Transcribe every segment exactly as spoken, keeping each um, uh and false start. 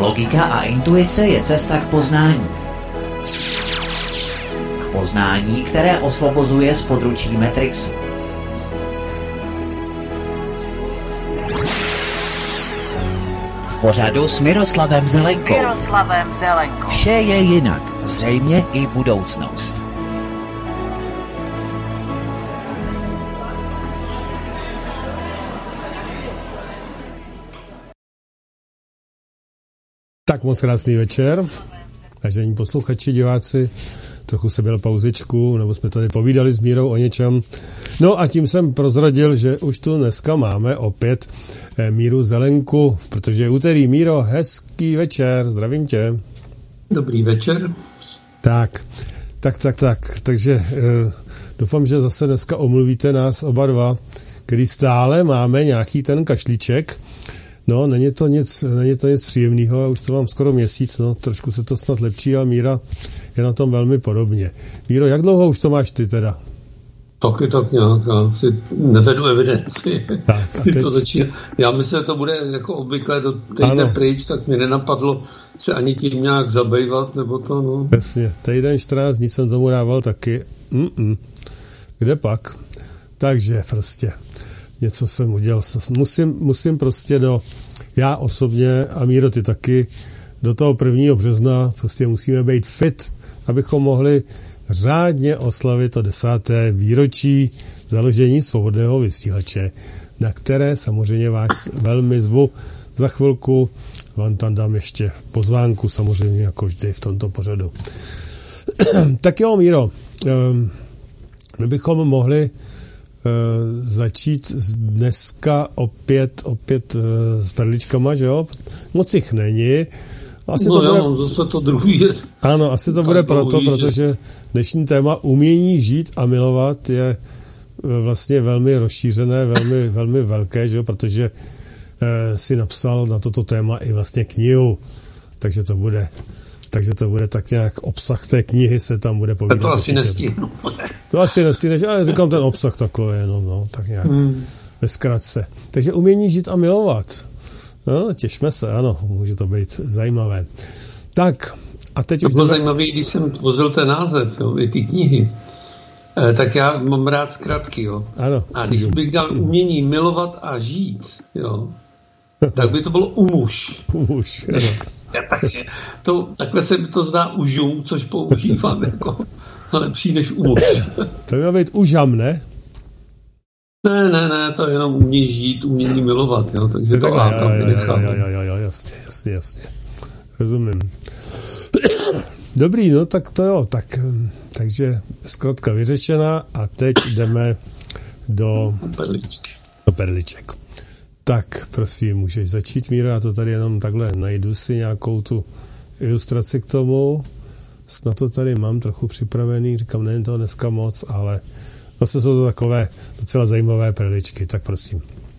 Logika a intuice je cesta k poznání. K poznání, které osvobozuje z područí Matrixu. V pořadu s Miroslavem Zelenkou. Miroslavem Zelenkou. Vše je jinak, zřejmě i budoucnost. Tak moc krásný večer, vážení posluchači, diváci, trochu se byl pauzičku, nebo jsme tady povídali s Mírou o něčem. No a tím jsem prozradil, že už tu dneska máme opět Míru Zelenku, protože je úterý. Míro, hezký večer, zdravím tě. Dobrý večer. Tak, tak, tak, tak, takže eh, doufám, že zase dneska omluvíte nás oba dva, který stále máme nějaký ten kašlíček. No, není to nic, není to nic příjemného, už to mám skoro měsíc, no, trošku se to snad lepší a Míra je na tom velmi podobně. Míro, jak dlouho už to máš ty teda? Taky tak nějak, já si nevedu evidenci. Tak, a teď... to začíná. Já myslím, že to bude jako obvykle do týdne pryč, tak mi nenapadlo se ani tím nějak zabývat, nebo to, no. Přesně, týden čtrnáct dní jsem tomu dával taky. Mm-mm. Kde pak? Takže prostě... něco jsem udělal. Musím, musím prostě do, já osobně a Míro, ty taky, do toho prvního března prostě musíme být fit, abychom mohli řádně oslavit to desáté výročí založení Svobodného vysílače, na které samozřejmě vás velmi zvu. Za chvilku vám tam dám ještě pozvánku, samozřejmě jako vždy v tomto pořadu. Tak jo, Míro, my bychom mohli začít dneska opět, opět s perličkama, že jo? Moc jich není. Asi no to já bude... mám zase to druhý. Ano, asi to bude proto, protože dnešní téma umění žít a milovat je vlastně velmi rozšířené, velmi, velmi velké, že jo? Protože eh, si napsal na toto téma i vlastně knihu, takže to bude takže to bude tak nějak obsah té knihy se tam bude povídat. To asi nestihnu. To asi nestihneš, ale říkám ten obsah takový, no, no, tak nějak hmm. ve zkratce. Takže umění žít a milovat. No, těšme se, ano, může to být zajímavé. Tak, a teď to už... bylo jdeme... zajímavé, když jsem tvořil ten název, jo, i ty knihy, eh, tak já mám rád zkratky, jo. Ano. A když bych dal umění milovat a žít, jo, tak by to bylo umuž. Umuž, ano. Takže to, takhle se mi to zdá užum, což používám jako lepší než umuž. To by má být užam, ne? Ne, ne, ne, to je jenom umění žít, umění milovat, jo, takže to a tam vynechám. Jo, jo, jo, jo, jasně, jasně, jasně. Rozumím. Dobrý, no tak to jo, tak, takže zkrátka vyřešená a teď jdeme do, perličky. do perliček. Tak, prosím, můžeš začít, Míro, já to tady jenom takhle najdu si nějakou tu ilustraci k tomu. Snad to tady mám trochu připravený, říkám, nejen to dneska moc, ale zase jsou to takové docela zajímavé perličky, tak prosím.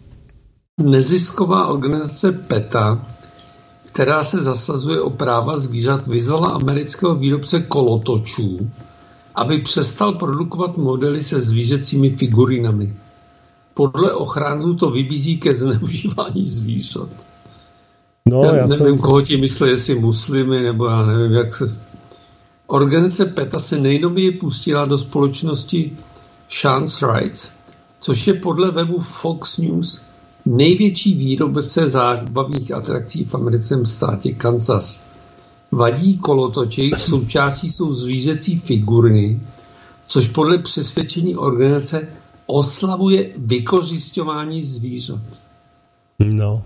Nezisková organizace PETA, která se zasazuje o práva zvířat, vyzvala amerického výrobce kolotočů, aby přestal produkovat modely se zvířecími figurinami. Podle ochránců to vybízí ke zneužívání zvířat. No, já, já nevím, jsem... koho ti myslí, jestli muslimy, nebo já nevím, jak se... Organizace PETA se nejnověji pustila do společnosti Chance Rights, což je podle webu Fox News největší výrobce zábavních atrakcí v americkém státě Kansas. Vadí kolotoče, jejich součástí jsou zvířecí figuriny, což podle přesvědčení organizace oslavuje vykořisťování zvířat. No.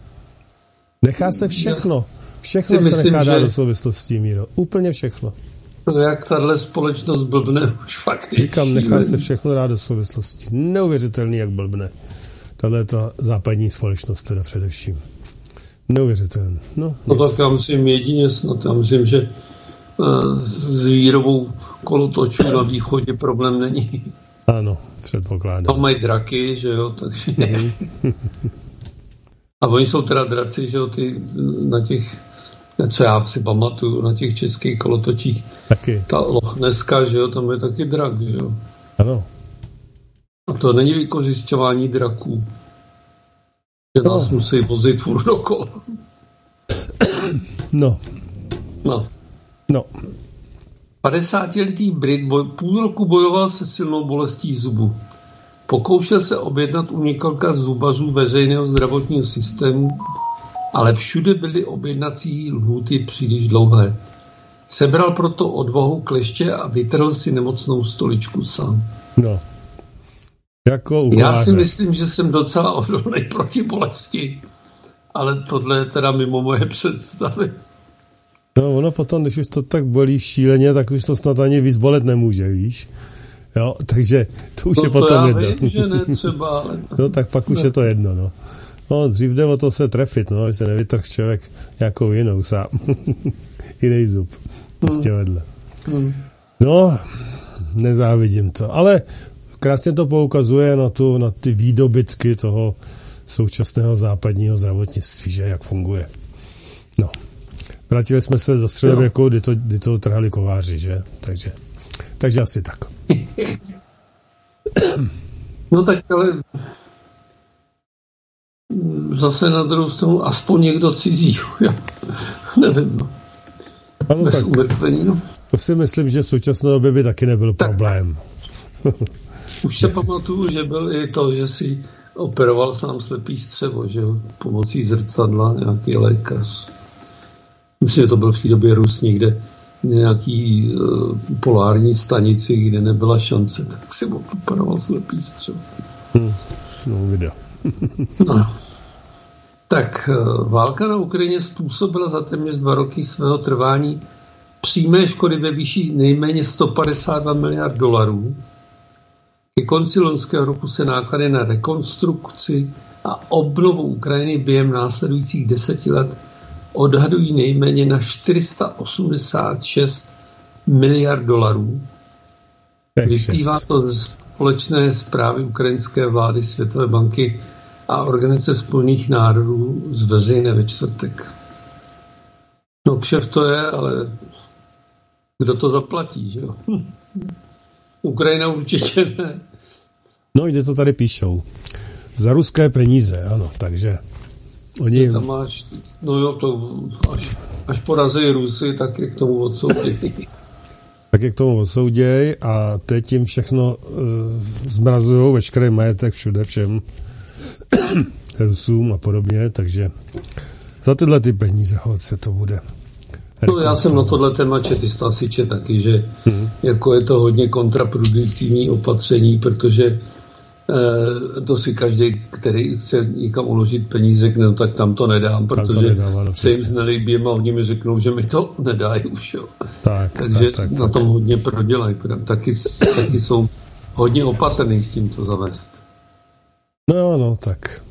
Nechá se všechno. Všechno se myslím, nechá dát že... do souvislostí, Míro. Úplně všechno. No, jak tahle společnost blbne už fakt. Říkám, nechá se všechno dát do souvislostí. Neuvěřitelný, jak blbne. Tahle ta západní společnost teda především. Neuvěřitelný. No, no tak já myslím jedině snad. Já myslím, že uh, s výrobou kolotočů na východě problém není. Ano, předpokládám. Tam mají draky, že jo, takže... Mm-hmm. A oni jsou teda draci, že jo, ty na těch, co já si pamatuju, na těch českých kolotočích. Taky. Ta Lochneska, že jo, tam je taky drak, že jo. Ano. A to není vykořisťování draků. Že nás no. musí vozit furt dokola. No. No. No. padesátiletý Brit boj, půl roku bojoval se silnou bolestí zubu. Pokoušel se objednat u několika zubařů veřejného zdravotního systému, ale všude byly objednací lhůty příliš dlouhé. Sebral proto odvahu kleště a vytrhl si nemocnou stoličku sám. No. Jako u Já si myslím, že jsem docela odolný proti bolesti, ale tohle je teda mimo moje představy. No ono potom, když už to tak bolí šíleně, tak už to snad ani víc bolet nemůže, víš? Jo, takže to už no je to potom já jedno. Vím, že ne třeba, ale... No tak pak už ne. Je to jedno, no. No dřív jde o to se trefit, no, že se nevytohl člověk nějakou jinou sám. Jiný zub. Prostě vedle. Hmm. No, nezávidím to. Ale krásně to poukazuje na, tu, na ty výdobytky toho současného západního zdravotnictví, že jak funguje. No. Vrátili jsme se do středověku, kdy to, kdy to trhali kováři, že? Takže, takže asi tak. No tak ale zase na druhou stranu aspoň někdo cizí. Já nevím, no. Ano, bez tak, umrtvení, no. To si myslím, že v současné době by taky nebyl tak problém. Už se pamatuju, že byl i to, že si operoval sám slepý střevo, že jo, pomocí zrcadla nějaký lékař. Myslím, že to byl v té době Rus někde nějaký uh, polární stanici, kde nebyla šance, tak si operoval slepý střevo. Hmm. No, video. No. Tak válka na Ukrajině způsobila za téměř dva roky svého trvání přímé škody ve výši nejméně sto padesát dva miliard dolarů. Ke konci loňského roku se náklady na rekonstrukci a obnovu Ukrajiny během následujících deseti let odhadují nejméně na čtyři sta osmdesát šest miliard dolarů. Vyplývá to z společné zprávy ukrajinské vlády, Světové banky a Organizace spojených národů zveřejné ve čtvrtek. No kšef to je, ale kdo to zaplatí, že jo? Ukrajina určitě ne. No, jde to tady píšou. Za ruské peníze, ano, takže oni... Tam máš, no jo, to až, až porazí Rusy, tak je k tomu odsouděj. Tak je k tomu odsouděj a teď jim všechno uh, zmrazujou, veškerý majetek všude všem Rusům a podobně, takže za tyhle ty peníze holce to bude. No já jsem na tohle téma čet, ty to asi čet taky, že hmm. jako je to hodně kontraproduktivní opatření, protože eh, to si každý, který chce někam uložit peníze, řekne, no tak tam to nedám, protože to nedává, no, se jim znelíbím a oni mi řeknou, že mi to nedají už. Jo. Tak, takže tak, tak, na tom tak. hodně prodělají. Taky, taky jsou hodně opatrný s tím to zavést. No, no, tak.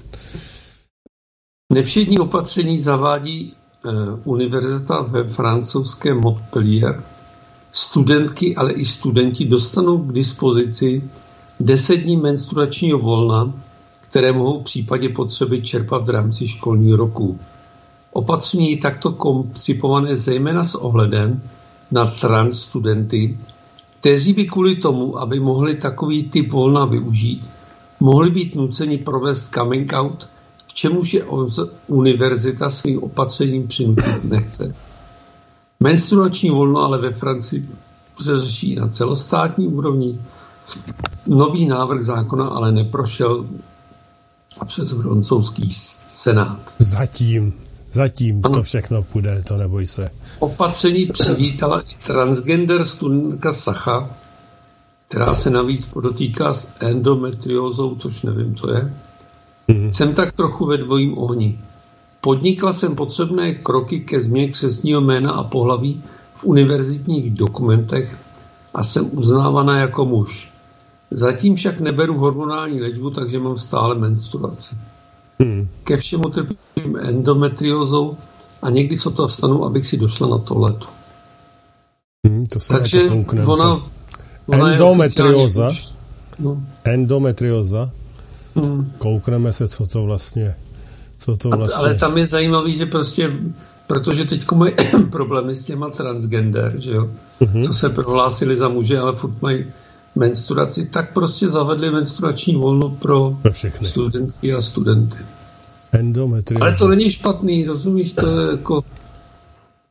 Nevšední opatření zavádí eh, univerzita ve francouzském Montpellier. Studentky, ale i studenti dostanou k dispozici deset dní menstruačního volna, které mohou v případě potřeby čerpat v rámci školního roku. Opatření je takto koncipované zejména s ohledem na trans studenty, kteří by kvůli tomu, aby mohli takový typ volna využít, mohli být nuceni provést coming out, k čemuž je univerzita svým opatřením přinutit nechce. Menstruační volno ale ve Francii se řeší na celostátní úrovni. Nový návrh zákona ale neprošel přes francouzský senát. Zatím, zatím ano. To všechno půjde, to neboj se. Opatření přivítala i transgender studentka Sacha, která se navíc podotýká s endometriózou, což nevím, co je. Hmm. Jsem tak trochu ve dvojím ohni. Podnikla jsem potřebné kroky ke změně křestního jména a pohlaví v univerzitních dokumentech a jsem uznávaná jako muž. Zatím však neberu hormonální léčbu, takže mám stále menstruaci. Hmm. Ke všemu trpím endometriózou a někdy se to vstanu, abych si došla na toaletu. Hmm, to se takže ona, ona endometrióza. No. Endometrióza. Hmm. Koukneme se, co to vlastně... Co to vlastně... Ale tam je zajímavý, že prostě, protože teď mají problémy s těma transgender, že jo, uh-huh. co se prohlásili za muže, ale furt mají menstruaci, tak prostě zavedli menstruační volno pro studentky a studenty. Endometrióza. Ale to není špatný, rozumíš, to je jako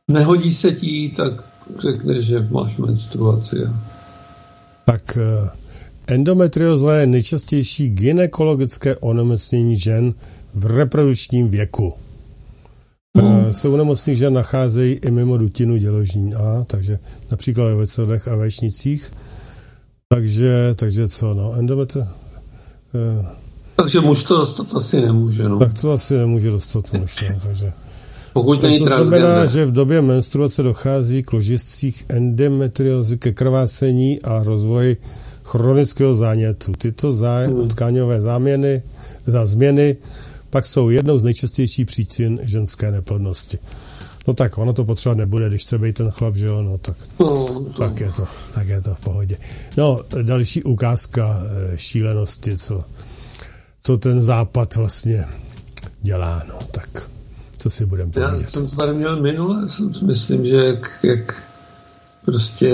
nehodí se ti, tak řekneš, že máš menstruaci. Tak endometrioza je nejčastější gynekologické onemocnění žen v reprodukčním věku. Hmm. Se u nemocných žen nacházejí i mimo dutinu děložní A, takže například ve vajecodech a vaječnicích. Takže, takže co, no, endometr... Eh, takže muž to dostat asi nemůže, no. Tak to asi nemůže dostat muž, no, takže... Pokud není to transgender. znamená, že v době menstruace dochází k ložiscích endometriozy, ke krvácení a rozvoji chronického zánětu. Tyto zá... hmm. tkáňové záměny, za změny pak jsou jednou z nejčastějších příčin ženské neplodnosti. No tak ono to potřeba nebude, když chce být ten chlap, že jo, no tak, no, to... tak, je to, tak je to v pohodě. No, další ukázka šílenosti, co, co ten západ vlastně dělá, no tak, co si budeme povědět. Já jsem to tady měl minule, myslím, že jak, jak prostě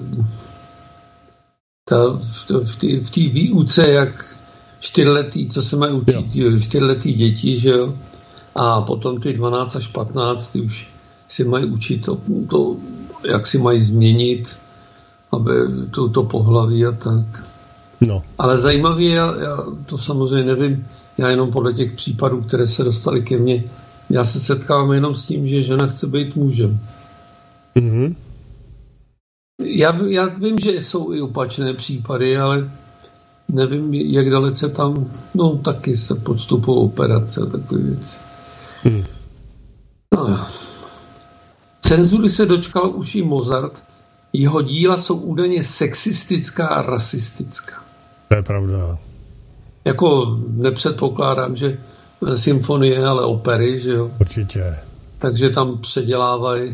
ta, v té v té výuce, jak čtyřletý, co se mají učit, jo. čtyřletý děti, že jo, a potom ty dvanáct až patnáct, ty už si mají učit to, to jak si mají změnit, aby to, to pohlaví a tak. No. Ale zajímavé je, já, já to samozřejmě nevím, já jenom podle těch případů, které se dostaly ke mně, já se setkávám jenom s tím, že žena chce být mužem. Mm-hmm. Já, já vím, že jsou i opačné případy, ale nevím, jak dalece tam, no taky se podstupují operace a takové věci. Hmm. No. Cenzury se dočkal už i Mozart, jeho díla jsou údajně sexistická a rasistická. To je pravda. Jako nepředpokládám, že symfonie, ale opery, že jo? Určitě. Takže tam předělávají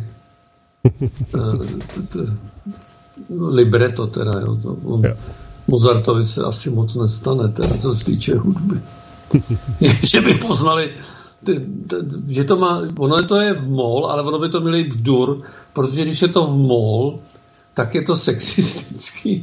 libreto teda, jo. To, on, jo. Mozartovi se asi moc nestane, teda, co se týče hudby. Že by poznali, ty, ty, že to má, ono to je v mol, ale ono by to mělo jít v dur, protože když je to v mol, tak je to sexistický.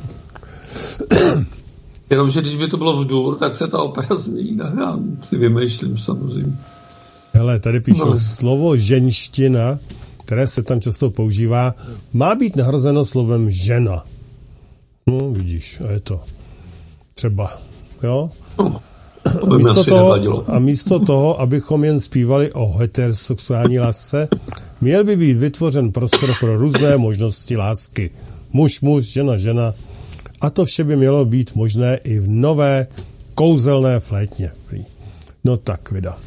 Jenomže když by to bylo v dur, tak se ta opera změní. Já si vymýšlím samozřejmě. Hele, tady píšou, no. Slovo ženština, které se tam často používá, má být nahrazeno slovem žena. No, vidíš, a je to třeba, jo? No, a, místo toho, a místo toho, abychom jen zpívali o heterosexuální lásce, měl by být vytvořen prostor pro různé možnosti lásky. Muž, muž, žena, žena. A to vše by mělo být možné i v nové kouzelné flétně. No tak, vida.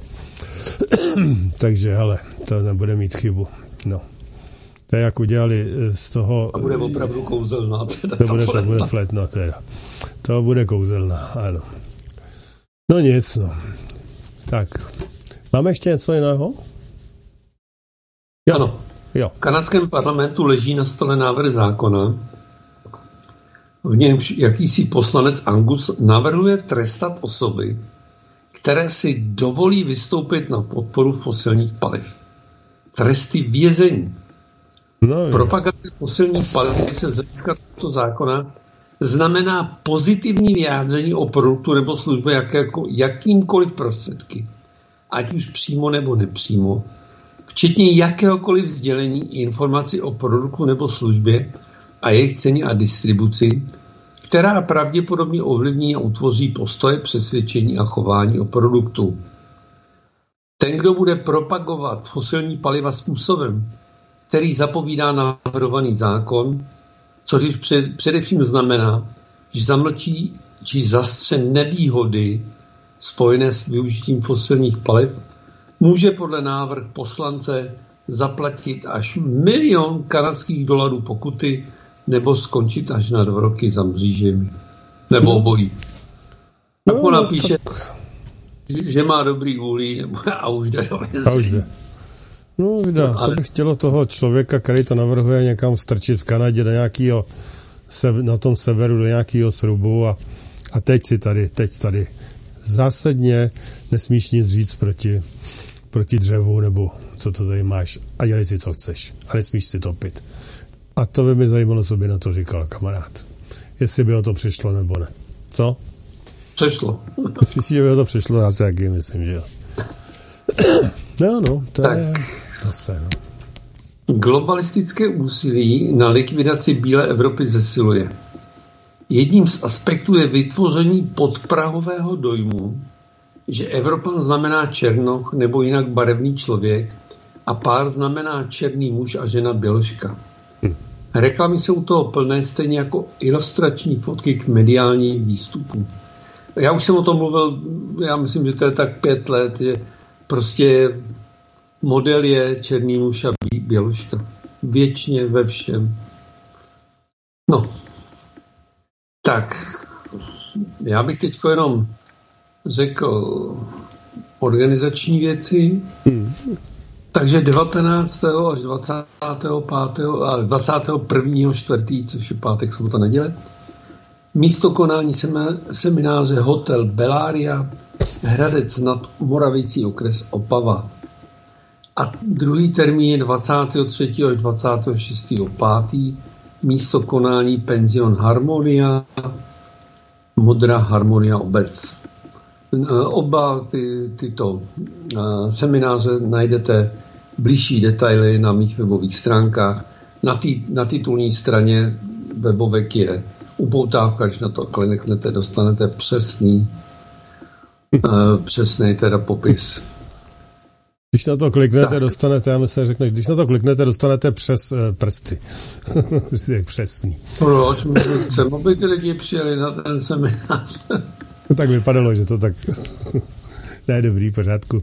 Takže, hele, to nebude mít chybu. No. To je, jak udělali z toho... A bude opravdu kouzelná. Teda to, bude, to bude flétna teda. To bude kouzelná, ano. No nic, no. Tak. Máme ještě něco jiného? Jo. Ano. Jo. V kanadském parlamentu leží na stole návrh zákona, v němž jakýsi poslanec Angus navrhuje trestat osoby, které si dovolí vystoupit na podporu fosilních paliv. Tresty vězení. No, propagace fosilních paliv se zříká tohoto zákona znamená pozitivní vyjádření o produktu nebo službě jakéko, jakýmkoliv prostředky, ať už přímo nebo nepřímo, včetně jakéhokoliv sdělení informací o produktu nebo službě a jejich ceně a distribuci, která pravděpodobně ovlivní a utvoří postoje, přesvědčení a chování o produktu. Ten, kdo bude propagovat fosilní paliva způsobem, který zapovídá navrhovaný zákon, což především znamená, že zamlčí či zastře nevýhody spojené s využitím fosilních paliv, může podle návrh poslance zaplatit až milion kanadských dolarů pokuty nebo skončit až na dva roky za mřížemi. Nebo obojí. Tak no, on napíše, tak... že má dobrý vůli a už jde do vězení. No, vidá, co bych chtělo toho člověka, který to navrhuje někam strčit v Kanadě do nějakého, na tom severu do nějakého srubu a, a teď si tady, teď tady zásadně nesmíš nic říct proti, proti dřevu, nebo co to tady máš a dělej si, co chceš. A nesmíš si topit. A to by mi zajímalo, co by na to říkal kamarád. Jestli by o to přišlo, nebo ne. Co? Přišlo. Myslím, že by o to přišlo, já si jaký myslím, že jo. No, no, to tak. Je zase, no. Globalistické úsilí na likvidaci bílé Evropy zesiluje. Jedním z aspektů je vytvoření podprahového dojmu, že Evropan znamená černoch nebo jinak barevný člověk a pár znamená černý muž a žena běložka. Reklamy jsou toho plné, stejně jako ilustrační fotky k mediálním výstupům. Já už jsem o tom mluvil, já myslím, že to je tak pět let, že prostě model je černý muž a běložka. Věčně ve všem. No. Tak, já bych teď jenom řekl organizační věci. Hmm. Takže devatenáctého až dvacátého pátého a dvacátého prvního čtvrtého což je pátek, sobota, neděle. Místo konání semináře Hotel Bellaria, Hradec nad Moravicí, okres Opava. A druhý termín je dvacátého třetího až dvacátého šestého pátého Místo konání Penzion Harmonia, Modrá Harmonia obec. Oba ty, tyto semináře najdete bližší detaily na mých webových stránkách. Na, tý, na titulní straně webovek je upoutávka, když na to kliknete, dostanete přesný, přesný teda popis. Když na to kliknete, tak dostanete, já myslím, řekneš, když na to kliknete, dostanete přes uh, prsty. Jak přesný. Proč? My chceme, aby ty lidi přijeli na ten seminář. No tak vypadalo, že to tak ne, dobrý, pořádku.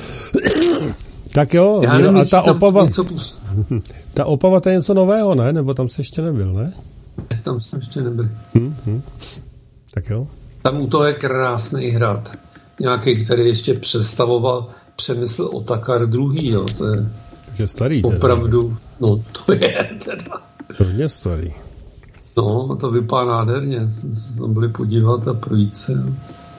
Tak jo, já nevím, a ta Opava, něco... ta Opava, to je něco nového, ne? Nebo tam se ještě nebyl, ne? Ne, tam jsem ještě nebyl. Hmm, hmm. Tak jo. Tam u toho je krásný hrad. Nějaký, který ještě představoval Přemysl Otakar druhý, jo. To je že starý teda. Opravdu, no to je teda. Hodně starý. No, to vypadá nádherně. Jsme se tam byli podívat a projít se. Jo.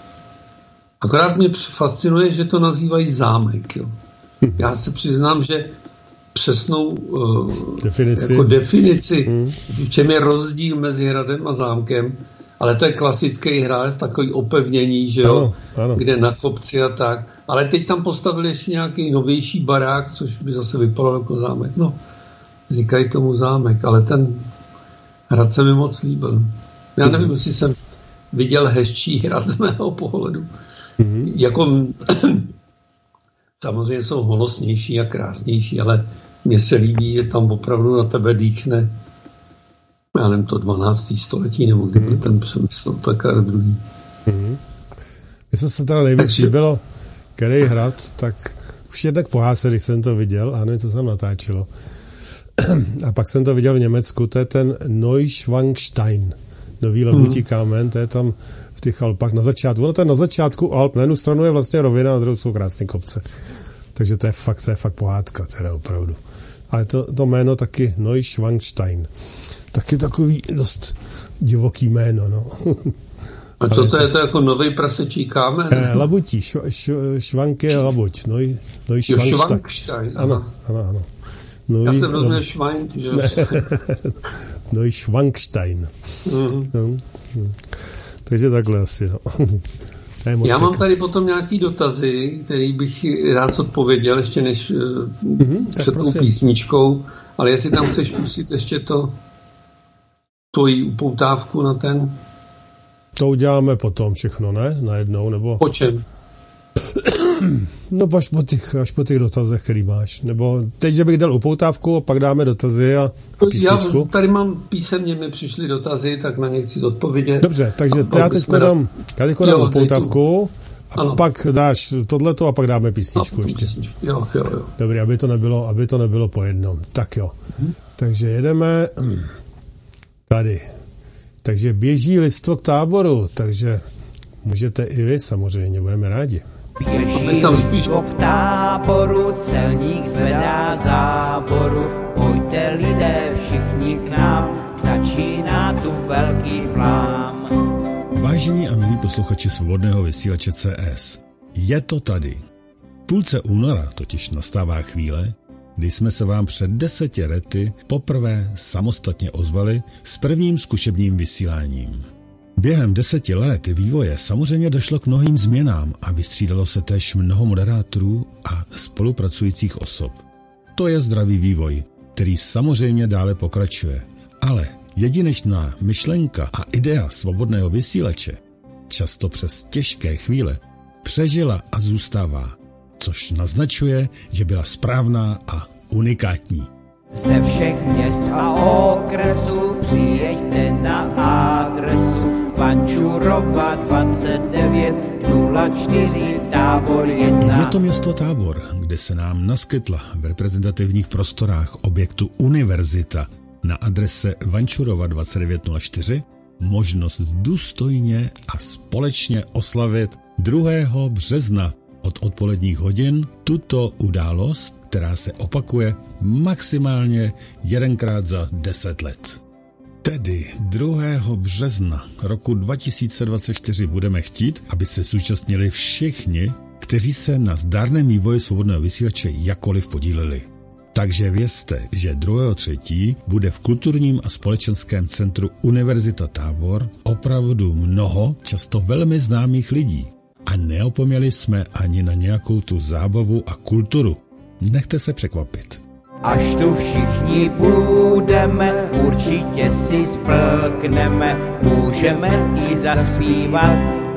Akorát mě fascinuje, že to nazývají zámek, jo. Já se přiznám, že přesnou uh, definici, jako definici hmm. v čem je rozdíl mezi hradem a zámkem, ale to je klasický hrad, takový opevnění, že jo, ano, ano. Kde na kopci a tak. Ale teď tam postavili ještě nějaký novější barák, což by zase vypadalo jako zámek. No, říkají tomu zámek, ale ten hrad se mi moc líbil. Já nevím, mm-hmm. jestli jsem viděl hezčí hrad z mého pohledu. Mm-hmm. Jako samozřejmě jsou honosnější a krásnější, ale mně se líbí, že tam opravdu na tebe dýchne, já nevím, to dvanácté století, nebo kdy byl ten Přemysl Otakar druhý. Mm-hmm. Mně se teda nejvíc Takže... líbilo, který hrad, tak už jednak pohádce, když jsem to viděl, a nevím, co jsem natáčelo. A pak jsem to viděl v Německu, to je ten Neuschwanstein, nový labutí mm. kámen, to je tam v těch Alpách na začátku. No to je na začátku Alp, na jednu stranu je vlastně rovina, na druhou jsou krásné kopce. Takže to je fakt, to je fakt pohádka, teda opravdu. Ale to, to jméno taky Neuschwanstein. Taky takový dost divoký jméno, no. A co to je, to jako nový prasečí kámen? Eh, labutí, š, š, švank je labuť. Noj, noj Švankstein. Ano, ano, ano. Noj, Já jsem rozuměl švank, že jo? Noj Švankstein. Mm-hmm. No, no. Takže takhle asi, no. Já mám tady potom nějaký dotazy, který bych rád odpověděl, ještě než mm-hmm, před tou písničkou, ale jestli tam chceš pustit ještě to tvoji upoutávku na ten... To uděláme potom všechno, ne? Najednou, nebo... Po čem? No až po těch, až po těch dotazech, který máš. Nebo teď, že bych dal upoutávku a pak dáme dotazy a, a písničku. Já tady mám písemně, mi přišly dotazy, tak na ně chci odpovědět. Dobře, takže já teď dám, já teď dám upoutávku a ano. Pak dáš tohleto a pak dáme písničku a ještě. Písničku. Jo, jo, jo. Dobrý, aby to nebylo, aby to nebylo po jednom. Tak jo. Hmm. Takže jedeme tady. Takže běží lidstvo k táboru, takže můžete i vy, samozřejmě, budeme rádi. Běží lidstvo k táboru, celník zvedá záboru, pojďte lidé všichni k nám, začíná tu velký flám. Vážení a milí posluchači Svobodného vysílače C S, je to tady. V půlce února totiž nastává chvíle, kdy jsme se vám před deseti lety poprvé samostatně ozvali s prvním zkušebním vysíláním. Během deseti let vývoje samozřejmě došlo k mnohým změnám a vystřídalo se též mnoho moderátorů a spolupracujících osob. To je zdravý vývoj který samozřejmě dále pokračuje. Ale jedinečná myšlenka a idea svobodného vysílače často přes těžké chvíle přežila a zůstává, což naznačuje, že byla správná a unikátní. Ze všech měst a okresů přijeďte na adresu Vančurova dvacet devět nula čtyři tábor jedna. Je to město Tábor, kde se nám naskytla v reprezentativních prostorách objektu Univerzita na adrese Vančurova dvacet devět nula čtyři možnost důstojně a společně oslavit druhého března od odpoledních hodin tuto událost, která se opakuje maximálně jedenkrát za deset let. Tedy druhého března roku dva tisíce dvacet čtyři budeme chtít, aby se zúčastnili všichni, kteří se na zdárném vývoji svobodného vysílače jakkoliv podíleli. Takže vězte, že druhého třetího bude v kulturním a společenském centru Univerzita Tábor opravdu mnoho, často velmi známých lidí. A neopomněli jsme ani na nějakou tu zábavu a kulturu. Nechte se překvapit. Až tu všichni budeme, určitě si splkneme, můžeme i zaspívat,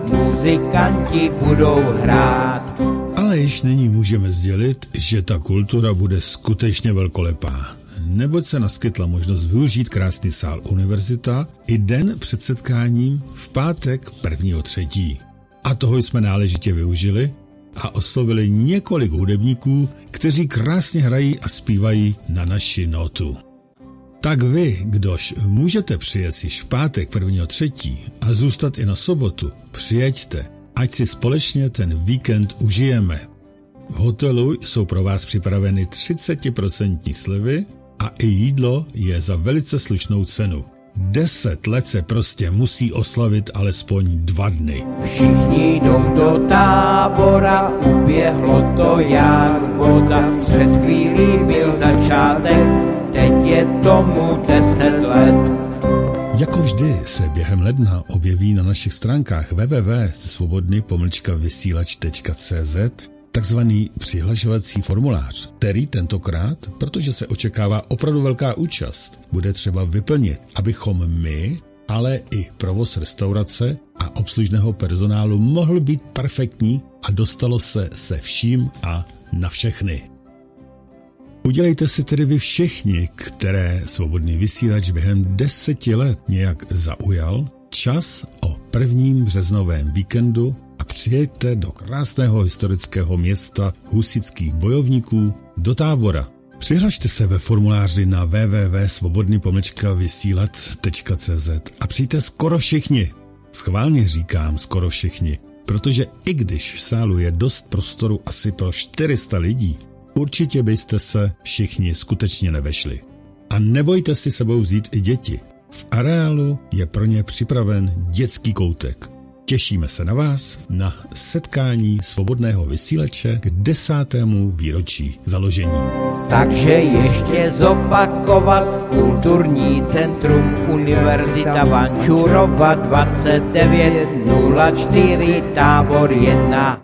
muzikanti budou hrát. Ale již nyní můžeme sdělit, že ta kultura bude skutečně velkolepá. Neboť se naskytla možnost využít krásný sál Univerzita i den před setkáním v pátek prvního třetího A toho jsme náležitě využili a oslovili několik hudebníků, kteří krásně hrají a zpívají na naši notu. Tak vy, kdož můžete přijet již v pátek prvního třetího a zůstat i na sobotu, přijeďte, ať si společně ten víkend užijeme. V hotelu jsou pro vás připraveny třicet procent slevy a i jídlo je za velice slušnou cenu. Deset let se prostě musí oslavit alespoň dva dny. Všichni jdou do Tábora, uběhlo to jak voda. Před chvílí byl začátek, teď je tomu deset let. Jako vždy se během ledna objeví na našich stránkách w w w tečka svobodný pomlčka vysílač tečka c z takzvaný přihlašovací formulář, který tentokrát, protože se očekává opravdu velká účast, bude třeba vyplnit, abychom my, ale i provoz restaurace a obslužného personálu mohl být perfektní a dostalo se se vším a na všechny. Udělejte si tedy vy všichni, které svobodný vysílač během deseti let nějak zaujal, čas o prvním březnovém víkendu a přijeďte do krásného historického města husitských bojovníků do Tábora. Přihlašte se ve formuláři na w w w tečka svobodný pomlčka vysílat tečka c z a přijďte skoro všichni. Schválně říkám skoro všichni, protože i když v sálu je dost prostoru asi pro čtyři sta lidí, určitě byste se všichni skutečně nevešli. A nebojte si sebou vzít i děti. V areálu je pro ně připraven dětský koutek. Těšíme se na vás na setkání svobodného vysílače k desátému výročí založení. Takže ještě zopakovat kulturní centrum Univerzita Vančurova dvacet devět nula čtyři Tábor jedna.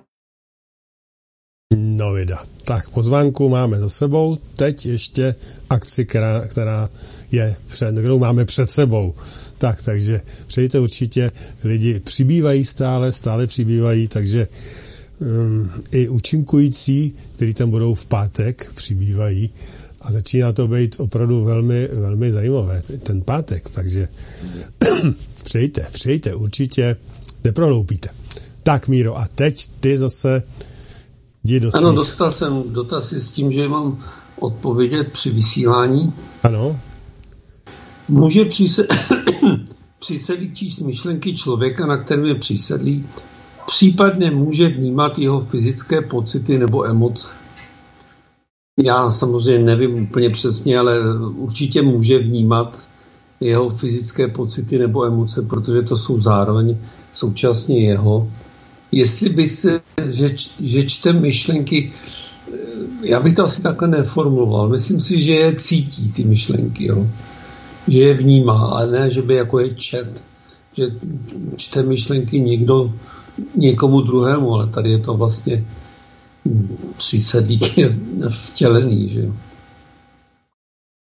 No vida. Tak, pozvánku máme za sebou, teď ještě akci, která, která je před, kterou máme před sebou. Tak, takže přejděte určitě, lidi přibývají stále, stále přibývají, takže um, i účinkující, kteří tam budou v pátek, přibývají a začíná to být opravdu velmi, velmi zajímavé, ten pátek, takže přejďte, přejďte, určitě neprohloupíte. Tak, Míro, a teď ty zase ano, dostal jsem dotaz s tím, že mám odpovědět při vysílání. Ano. Může příse... přísedlý číst myšlenky člověka, na kterém je přísedlý, případně může vnímat jeho fyzické pocity nebo emoce. Já samozřejmě nevím úplně přesně, ale určitě může vnímat jeho fyzické pocity nebo emoce, protože to jsou zároveň současně jeho. Jestli by se, že, že čte myšlenky, já bych to asi takhle neformuloval. Myslím si, že je cítí ty myšlenky, jo? Že je vnímá, ale ne, že by jako je čet. Že čte myšlenky někdo někomu druhému, ale tady je to vlastně přísedlík vtělený, že jo.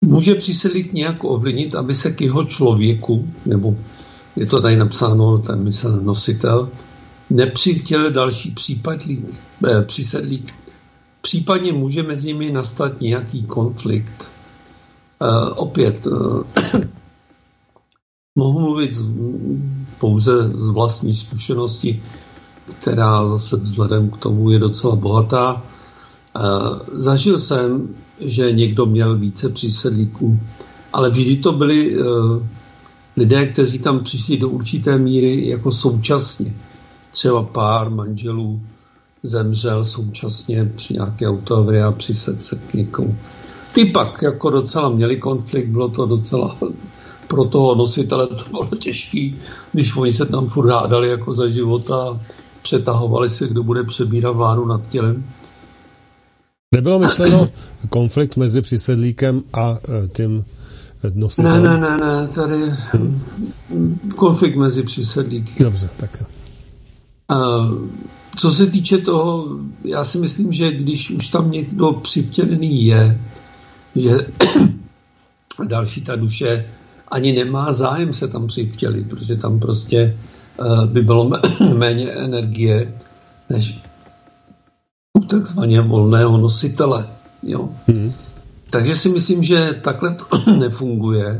Může přísedlík nějak ovlivnit, aby se k jeho člověku, nebo je to tady napsáno, ten mysl nositel, nepřichtěl další případlík, eh, přísedlík. Případně může mezi nimi nastat nějaký konflikt. Eh, opět eh, mohu mluvit z, pouze z vlastní zkušenosti, která zase vzhledem k tomu je docela bohatá. Eh, zažil jsem, že někdo měl více přísedlíků, ale vždy to byli eh, lidé, kteří tam přišli do určité míry jako současně. Třeba pár manželů zemřel současně při nějaké autohavárii a přisedl se k někomu. Ty pak jako docela měli konflikt, bylo to docela pro toho nositele to bylo těžký, když oni se tam furt hádali jako za života, přetahovali se, kdo bude přebírat váru nad tělem. Nebylo myšleno konflikt mezi přísedlíkem a tím nositelem? Ne, ne, ne, ne, tady hmm. konflikt mezi přísedlíky. Dobře, tak. Uh, co se týče toho, já si myslím, že když už tam někdo přivtělený je, že další ta duše ani nemá zájem se tam přivtělit, protože tam prostě uh, by bylo méně energie než u takzvaně volného nositele. Jo? Hmm. Takže si myslím, že takhle to nefunguje.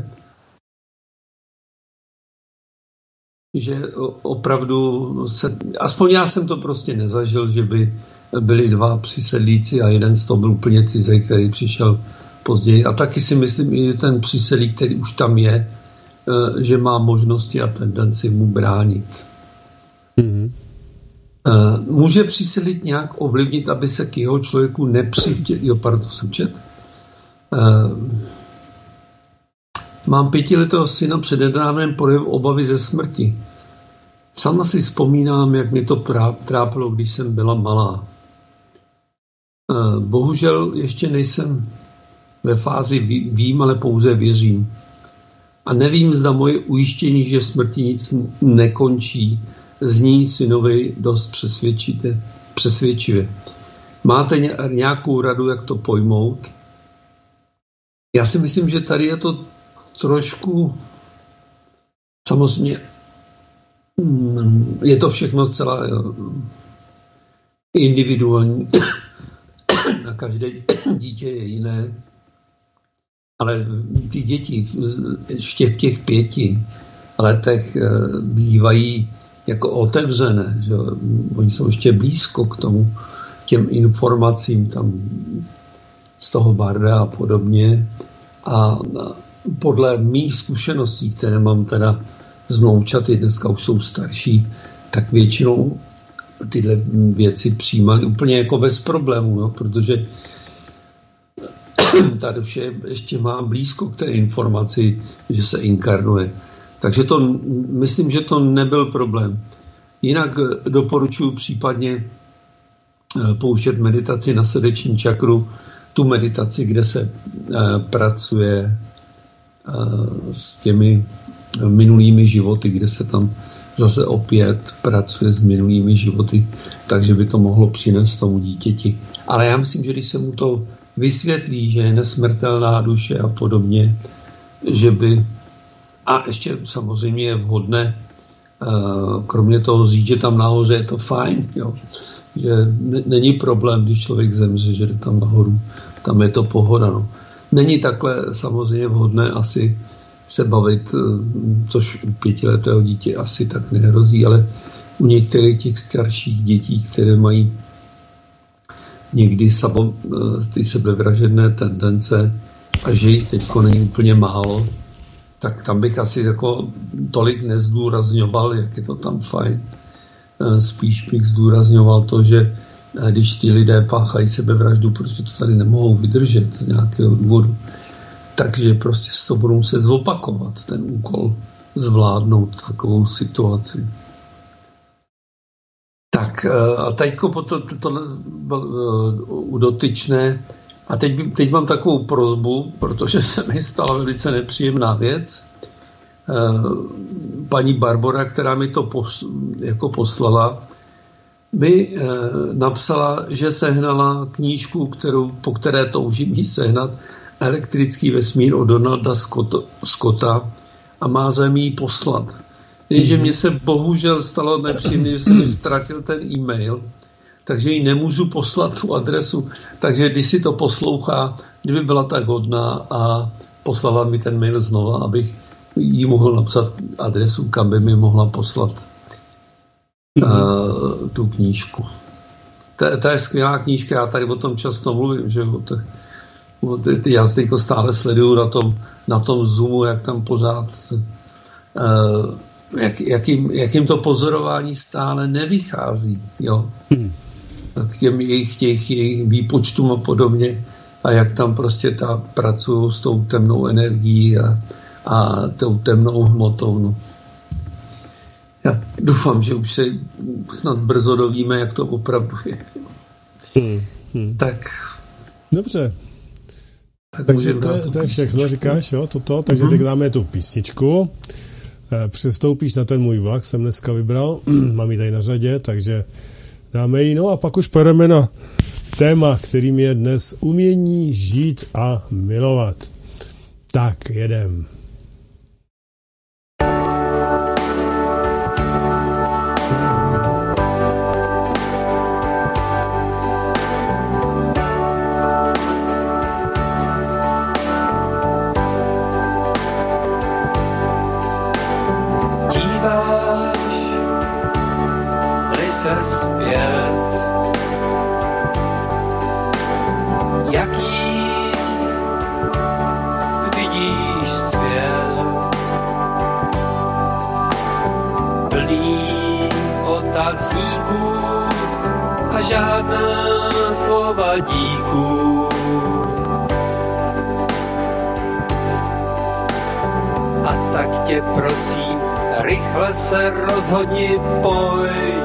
Že opravdu se, aspoň já jsem to prostě nezažil, že by byli dva přísedlíci a jeden z toho byl úplně cizej, který přišel později. A taky si myslím, i ten přísedlík, který už tam je, že má možnosti a tendenci mu bránit. Mm-hmm. Může přísedlík nějak ovlivnit, aby se k jeho člověku nepřivtěl... Jo, pardon, jsem čet. Mám pětiletého syna, přednedávnem projev obavy ze smrti. Sama si vzpomínám, jak mě to trápilo, když jsem byla malá. Bohužel ještě nejsem ve fázi vím, ale pouze věřím. A nevím, zda moje ujištění, že smrti nic nekončí, zní synovi dost přesvědčivě. Máte nějakou radu, jak to pojmout? Já si myslím, že tady je to trošku, samozřejmě je to všechno zcela individuální. Na každé dítě je jiné. Ale ty děti ještě v těch pěti letech bývají jako otevřené. Že? Oni jsou ještě blízko k tomu, těm informacím tam z toho barda a podobně. A podle mých zkušeností, které mám teda z vnoučaty, dneska už jsou starší, tak většinou tyhle věci přijímali úplně jako bez problémů, jo? Protože ta duše ještě má blízko k té informaci, že se inkarnuje. Takže to, myslím, že to nebyl problém. Jinak doporučuji případně použít meditaci na srdeční čakru, tu meditaci, kde se pracuje s těmi minulými životy, kde se tam zase opět pracuje s minulými životy, takže by to mohlo přinést tomu dítěti. Ale já myslím, že když se mu to vysvětlí, že je nesmrtelná duše a podobně, že by... A ještě samozřejmě je vhodné, kromě toho říct, že tam nahoře je to fajn, jo? Že není problém, když člověk zemře, že jde tam nahoru, tam je to pohoda. No. Není takhle samozřejmě vhodné asi se bavit, což u pětiletého dítě asi tak nehrozí, ale u některých těch starších dětí, které mají někdy sabo, ty sebevražedné tendence a že jich teďko není úplně málo, tak tam bych asi jako tolik nezdůrazňoval, jak je to tam fajn. Spíš bych zdůrazňoval to, že když ti lidé páchají sebevraždu, protože to tady nemohou vydržet z nějakého důvodu, takže prostě s to budou muset zopakovat ten úkol, zvládnout takovou situaci. Tak a teďko potom tohle u dotyčné. A teď, teď mám takovou prosbu, protože se mi stala velice nepříjemná věc. Paní Barbora, která mi to pos, jako poslala, mi napsala, že sehnala knížku, kterou, po které toužím jí sehnat, elektrický vesmír od Donalda Scotta a má zájem jí poslat. Jenže mně se bohužel stalo nepříjemné, že jsem ztratil ten e-mail, takže jí nemůžu poslat tu adresu. Takže když si to poslouchá, kdyby byla tak hodná a poslala mi ten mail znova, abych jí mohl napsat adresu, kam by mi mohla poslat uh, tu knížku. To, to je skvělá knížka, já tady o tom často mluvím, že o těch, o ty, ty, já teď stále sleduju na tom, na tom Zoomu, jak tam pořád uh, jak, jak, jim, jak jim to pozorování stále nevychází, jo. Hmm. K těm jejich, těch, jejich výpočtům a podobně a jak tam prostě ta pracují s tou temnou energií a, a tou temnou hmotou, no. Já doufám, že už se snad brzo dovíme, jak to opravdu je. Hmm, hmm. Tak. Dobře. Tak takže to je, to je všechno, říkáš, jo, toto. Takže mm-hmm. teď dáme tu písničku. Přestoupíš na ten můj vlak, jsem dneska vybral. Mám ji tady na řadě, takže dáme ji. No a pak už pojedeme na téma, kterým je dnes umění žít a milovat. Tak, jedem. Žádná slova díků. A tak tě prosím, rychle se rozhodni, pojď.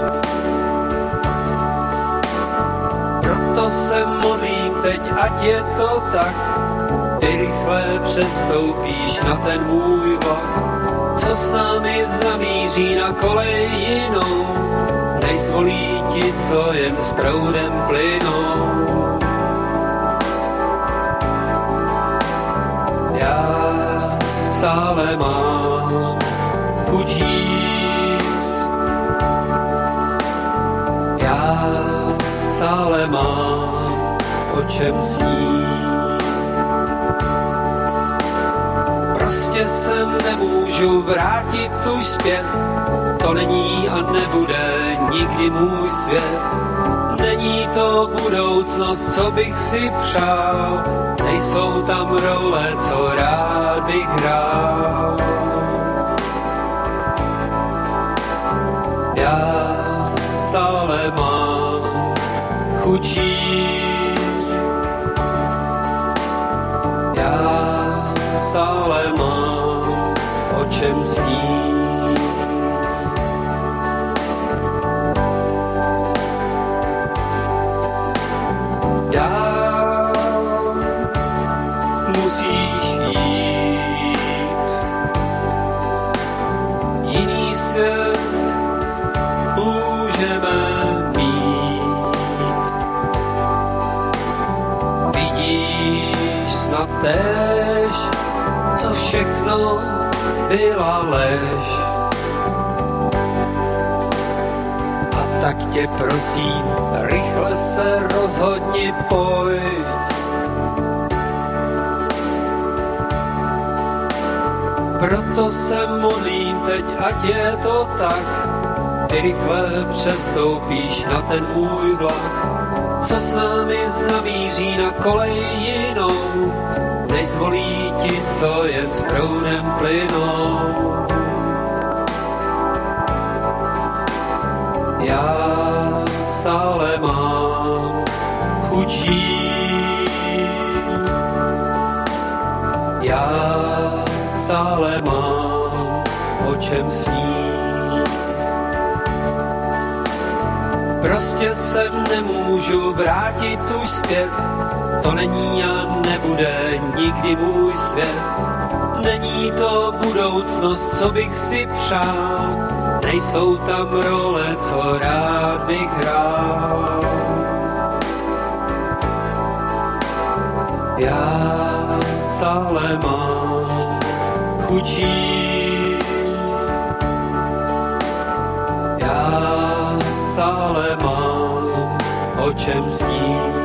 Proto se modlím teď, ať je to tak, ty rychle přestoupíš na ten můj vlak, co s námi zamíří na kolej jinou. Nejsvolí ti, co jen s proudem plynou. Já stále mám chuť žít. Já stále mám o čem snít. Prostě se nemůžu vrátit už zpět. To není a nebude nikdy můj svět. Není to budoucnost, co bych si přál. Nejsou tam role, co rád bych hrál. Já stále mám chuť žít. Já stále mám o čem snít. Tež, co všechno byla lež. A tak tě prosím, rychle se rozhodni, pojď. Proto se modlím teď, ať je to tak, ty rychle přestoupíš na ten můj vlak, co s námi zamíří na kolej jinou. Nezvolí ti, co jen s proudem plynou. Já stále mám chuť žít. Já stále mám o čem snít. Prostě se nemůžu vrátit už zpět. To není a nebude nikdy můj svět. Není to budoucnost, co bych si přál. Nejsou tam role, co rád bych hrál. Já stále mám chuť žít. Já stále mám o čem snít.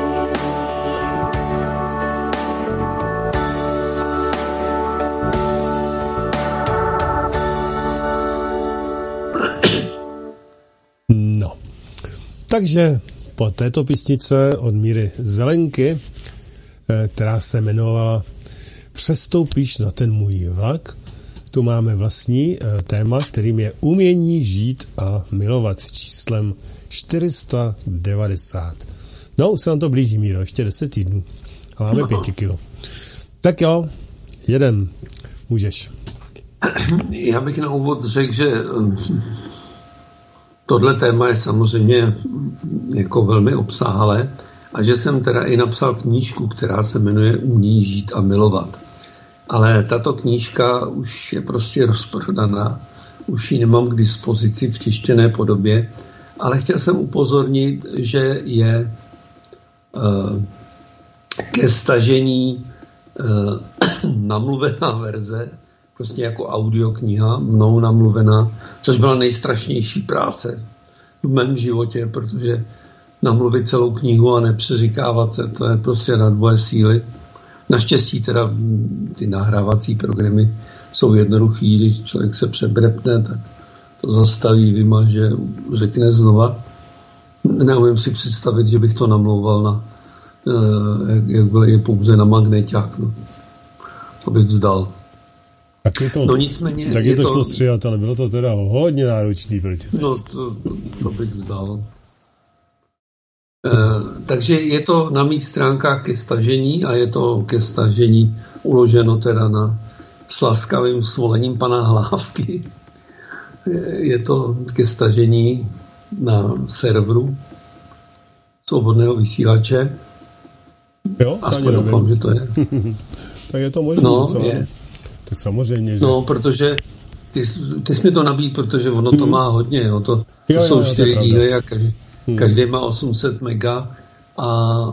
No, takže po této písnice od Míry Zelenky, která se jmenovala Přestoupíš na ten můj vlak, tu máme vlastní téma, kterým je umění žít a milovat s číslem čtyři sta devadesát. No, už se nám to blíží, Míro, ještě deset týdnů a máme pět kilo. Tak jo, jedem, můžeš. Já bych na úvod řekl, že tohle téma je samozřejmě jako velmi obsáhlé a že jsem teda i napsal knížku, která se jmenuje Umění žít a milovat. Ale tato knížka už je prostě rozprodaná, už ji nemám k dispozici v tištěné podobě, ale chtěl jsem upozornit, že je uh, ke stažení uh, namluvená verze, prostě jako audiokniha, mnou namluvená, což byla nejstrašnější práce v mém životě, protože namluvit celou knihu a nepřeříkávat se, to je prostě na dvoje síly. Naštěstí teda ty nahrávací programy jsou jednoduchý, když člověk se přebrepne, tak to zastaví, vymaže, řekne znova. Neumím si představit, že bych to namlouval na, jak, jak byl pouze na magneťák. No. To bych vzdal. Tak je to, no nicméně, tak je to šlo stříhat, ale bylo to teda hodně náročný. No to, to, to bych vzdal. E, takže je to na mých stránkách ke stažení a je to ke stažení uloženo teda na s laskavým svolením pana Hlávky. Je to ke stažení na serveru Svobodného vysílače. Jo, aspoň doufám, že to je. Tak je to možné. No, co? je. Tak samozřejmě, že... No, protože ty, ty jsi mi to nabít, protože ono to má hodně. Jo. To, to jo, jsou jo, čtyři to díly a každý, hmm. každý má osm set mega a, a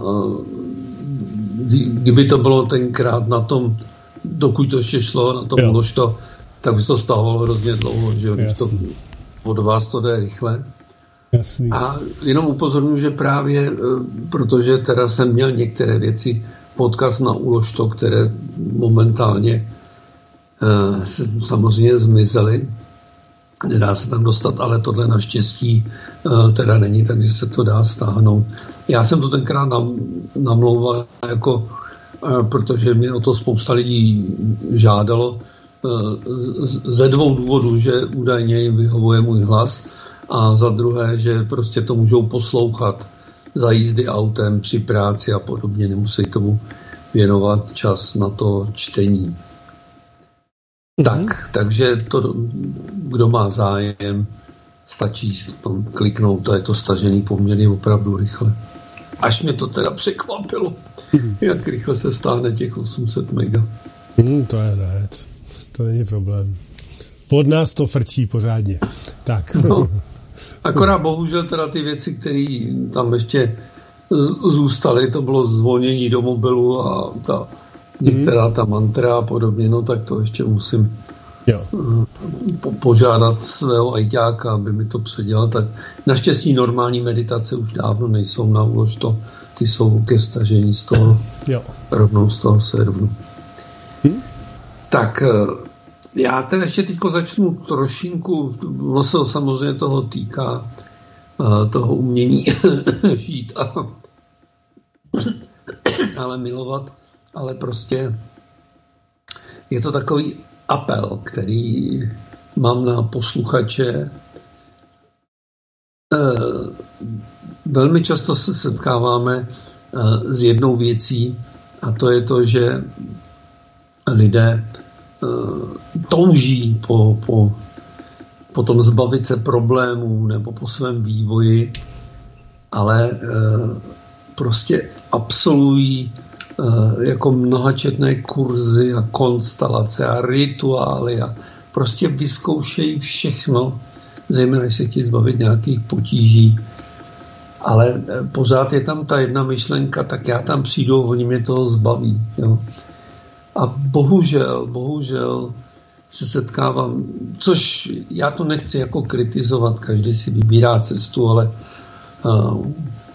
kdyby to bylo tenkrát na tom, dokud to ještě šlo, na tom uložto, tak by to stávalo hrozně dlouho, že jo, to, od vás to jde rychle. Jasný. A jenom upozorňuji, že právě, protože teda jsem měl některé věci, podcast na Uložto, které momentálně eh, samozřejmě zmizely. Nedá se tam dostat, ale tohle naštěstí eh, teda není, takže se to dá stáhnout. Já jsem to tenkrát nam, namlouval, jako, eh, protože mě o to spousta lidí žádalo eh, ze dvou důvodů, že údajně jim vyhovuje můj hlas a za druhé, že prostě to můžou poslouchat za jízdy autem, při práci a podobně, nemusí tomu věnovat čas na to čtení. Mm-hmm. Tak, takže to, kdo má zájem, stačí tam kliknout, to je to stažený poměrně opravdu rychle. Až mě to teda překvapilo, mm-hmm. jak rychle se stáhne těch osm set mega. Mm, to je věc, to není problém. Pod nás to frčí pořádně. Tak. No. Akorát bohužel teda ty věci, které tam ještě zůstaly, to bylo zvonění do mobilu a ta některá ta mantra a podobně, no tak to ještě musím jo. Po, požádat svého ajťáka, aby mi to předělal. Tak naštěstí normální meditace už dávno nejsou na Uložto, ty jsou ke stažení z toho, jo. rovnou z toho serveru. Hm? Tak já teď ještě teďko začnu trošinku, ono se samozřejmě toho týká, toho umění žít a ale milovat, ale prostě je to takový apel, který mám na posluchače. Velmi často se setkáváme s jednou věcí a to je to, že lidé touží po, po, po tom zbavit se problémů nebo po svém vývoji, ale e, prostě absolvují e, jako mnohačetné kurzy a konstelace a rituály a prostě vyzkoušejí všechno, zejména když se chtějí zbavit nějakých potíží. Ale e, pořád je tam ta jedna myšlenka, tak já tam přijdu, oni mě toho zbaví. Jo. A bohužel, bohužel se setkávám, což já to nechci jako kritizovat, každý si vybírá cestu, ale uh,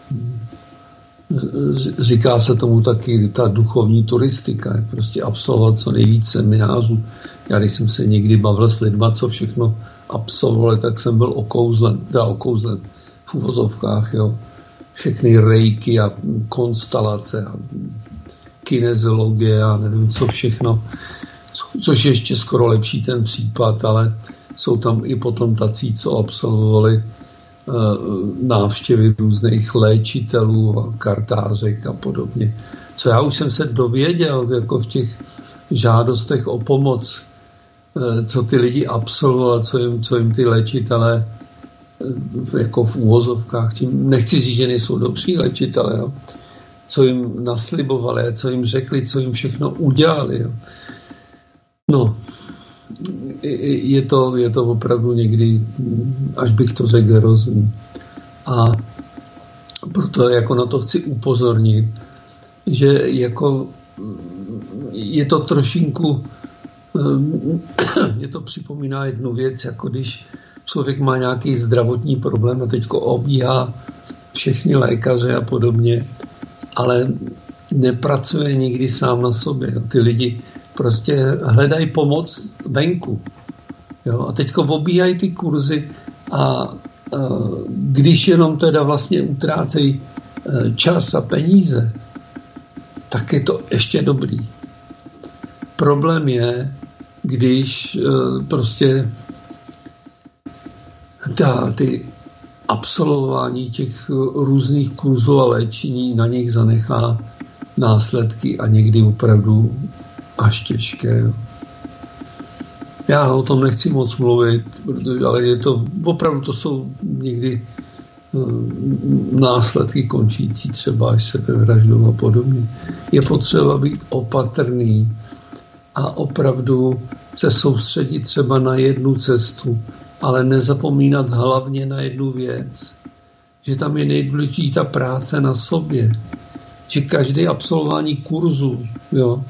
říká se tomu taky ta duchovní turistika, jak prostě absolvovat co nejvíc seminářů. Já když jsem se někdy bavil s lidma, co všechno absolvovali, tak jsem byl okouzlen, teda okouzlen v uvozovkách, jo. Všechny rejky a konstelace a kineziologie a nevím co všechno, což je ještě skoro lepší ten případ, ale jsou tam i potom tací, co absolvovali návštěvy různých léčitelů a kartářek a podobně. Co já už jsem se dověděl jako v těch žádostech o pomoc, co ty lidi absolvovali, co jim, co jim ty léčitelé jako v úvozovkách, tím nechci říct, že nejsou dobří léčitelé, jo, co jim naslibovali, co jim řekli, co jim všechno udělali. Jo. No, je to, je to opravdu někdy, až bych to řekl, hrozný. A proto jako na to chci upozornit, že jako je to trošinku, mě to připomíná jednu věc, jako když člověk má nějaký zdravotní problém a teďko obíhá všechny lékaře a podobně, ale nepracuje nikdy sám na sobě. Ty lidi prostě hledají pomoc venku. Jo? A teďko obíhají ty kurzy a, a když jenom teda vlastně utrácejí čas a peníze, tak je to ještě dobrý. Problém je, když prostě ta, ty absolvování těch různých kurzů a léčení na nich zanechá následky a někdy opravdu až těžké. Jo. Já o tom nechci moc mluvit, protože, ale je to, opravdu to jsou někdy následky končící třeba až sebevraždou a podobně. Je potřeba být opatrný a opravdu se soustředit třeba na jednu cestu, ale nezapomínat hlavně na jednu věc, že tam je nejdůležitější ta práce na sobě, že každé absolvování kurzu, jo,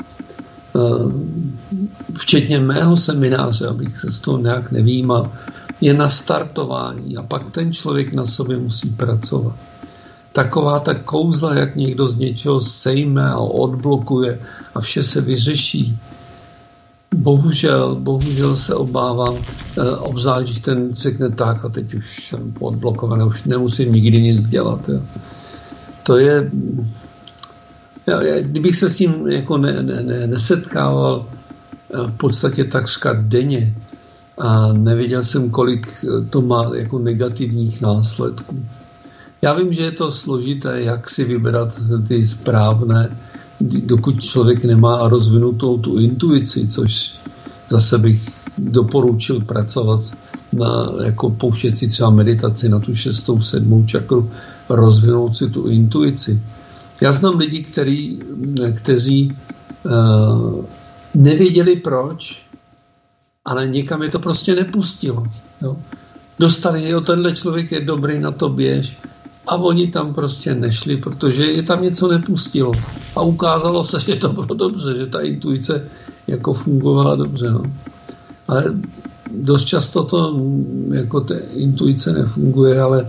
včetně mého semináře, abych se z toho nějak nevyjímal, je na startování a pak ten člověk na sobě musí pracovat. Taková ta kouzla, jak někdo z něčeho sejme a odblokuje a vše se vyřeší. Bohužel, bohužel se obávám, obzvlášť, když ten řekne tak a teď už jsem odblokovaný, už nemusím nikdy nic dělat. Jo. To je, kdybych se s tím jako ne, ne, ne, nesetkával v podstatě takřka denně a neviděl jsem, kolik to má jako negativních následků. Já vím, že je to složité, jak si vybrat ty správné, dokud člověk nemá rozvinutou tu intuici, což zase bych doporučil pracovat na, jako pouštět si třeba meditaci na tu šestou, sedmou čakru, rozvinout si tu intuici. Já znám lidi, který, kteří uh, nevěděli proč, ale někam je to prostě nepustilo. Jo. Dostali, jo, tenhle člověk je dobrý, na to běž, a oni tam prostě nešli, protože je tam něco nepustilo. A ukázalo se, že to bylo dobře, že ta intuice jako fungovala dobře. No. Ale dost často to jako ta intuice nefunguje, ale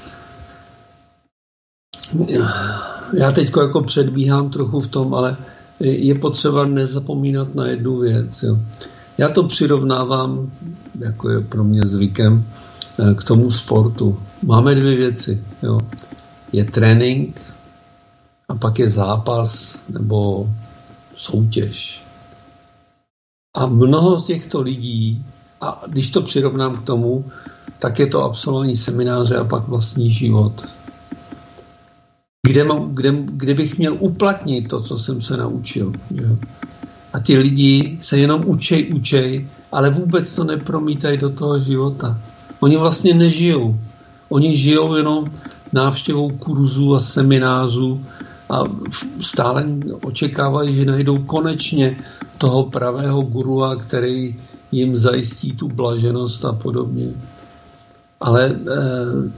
já teď jako předbíhám trochu v tom, ale je potřeba nezapomínat na jednu věc. Jo. Já to přirovnávám, jako je pro mě zvykem, k tomu sportu. Máme dvě věci. Jo. Je trénink a pak je zápas nebo soutěž. A mnoho z těchto lidí, a když to přirovnám k tomu, tak je to absolvování semináře a pak vlastní život. Kde, mám, kde, kde bych měl uplatnit to, co jsem se naučil. Jo. A ti lidi se jenom učej, učej, ale vůbec to nepromítají do toho života. Oni vlastně nežijou. Oni žijou jenom návštěvou kurzů a seminářů a stále očekávají, že najdou konečně toho pravého gurua, který jim zajistí tu blaženost a podobně. Ale eh,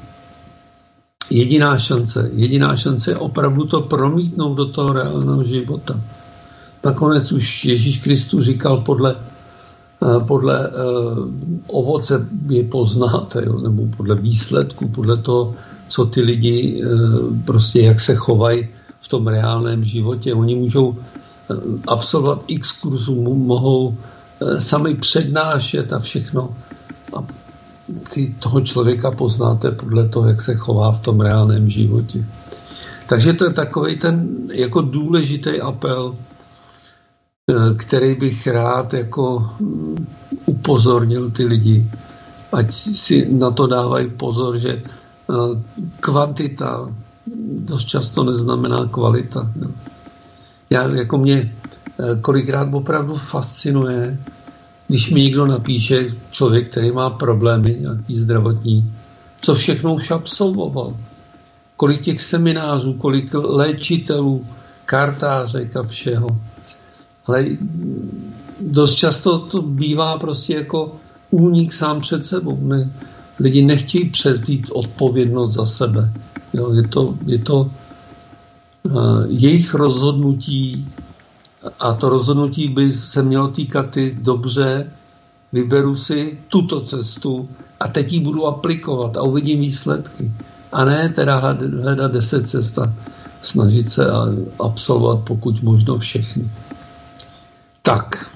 jediná šance, jediná šance je opravdu to promítnout do toho reálného života. nakonec už Ježíš Kristus říkal podle, podle uh, ovoce je poznáte, jo, nebo podle výsledku, podle toho, co ty lidi uh, prostě jak se chovají v tom reálném životě. Oni můžou uh, absolvovat x kurzů, mohou uh, sami přednášet a všechno. A ty toho člověka poznáte podle toho, jak se chová v tom reálném životě. Takže to je takový ten jako důležitý apel, který bych rád jako upozornil ty lidi, ať si na to dávají pozor, že kvantita dost často neznamená kvalita. Já jako mě kolikrát opravdu fascinuje, když mi někdo napíše, člověk, který má problémy nějaký zdravotní, co všechno už absolvoval. Kolik těch seminářů, kolik léčitelů, kartářek a všeho. Ale dost často to bývá prostě jako únik sám před sebou. Ne? Lidi nechtějí převzít odpovědnost za sebe. Jo, je to, je to uh, jejich rozhodnutí a to rozhodnutí by se mělo týkat ty dobře, vyberu si tuto cestu a teď ji budu aplikovat a uvidím výsledky. A ne teda hledat deset cest a snažit se a absolvovat pokud možno všechny. Tak.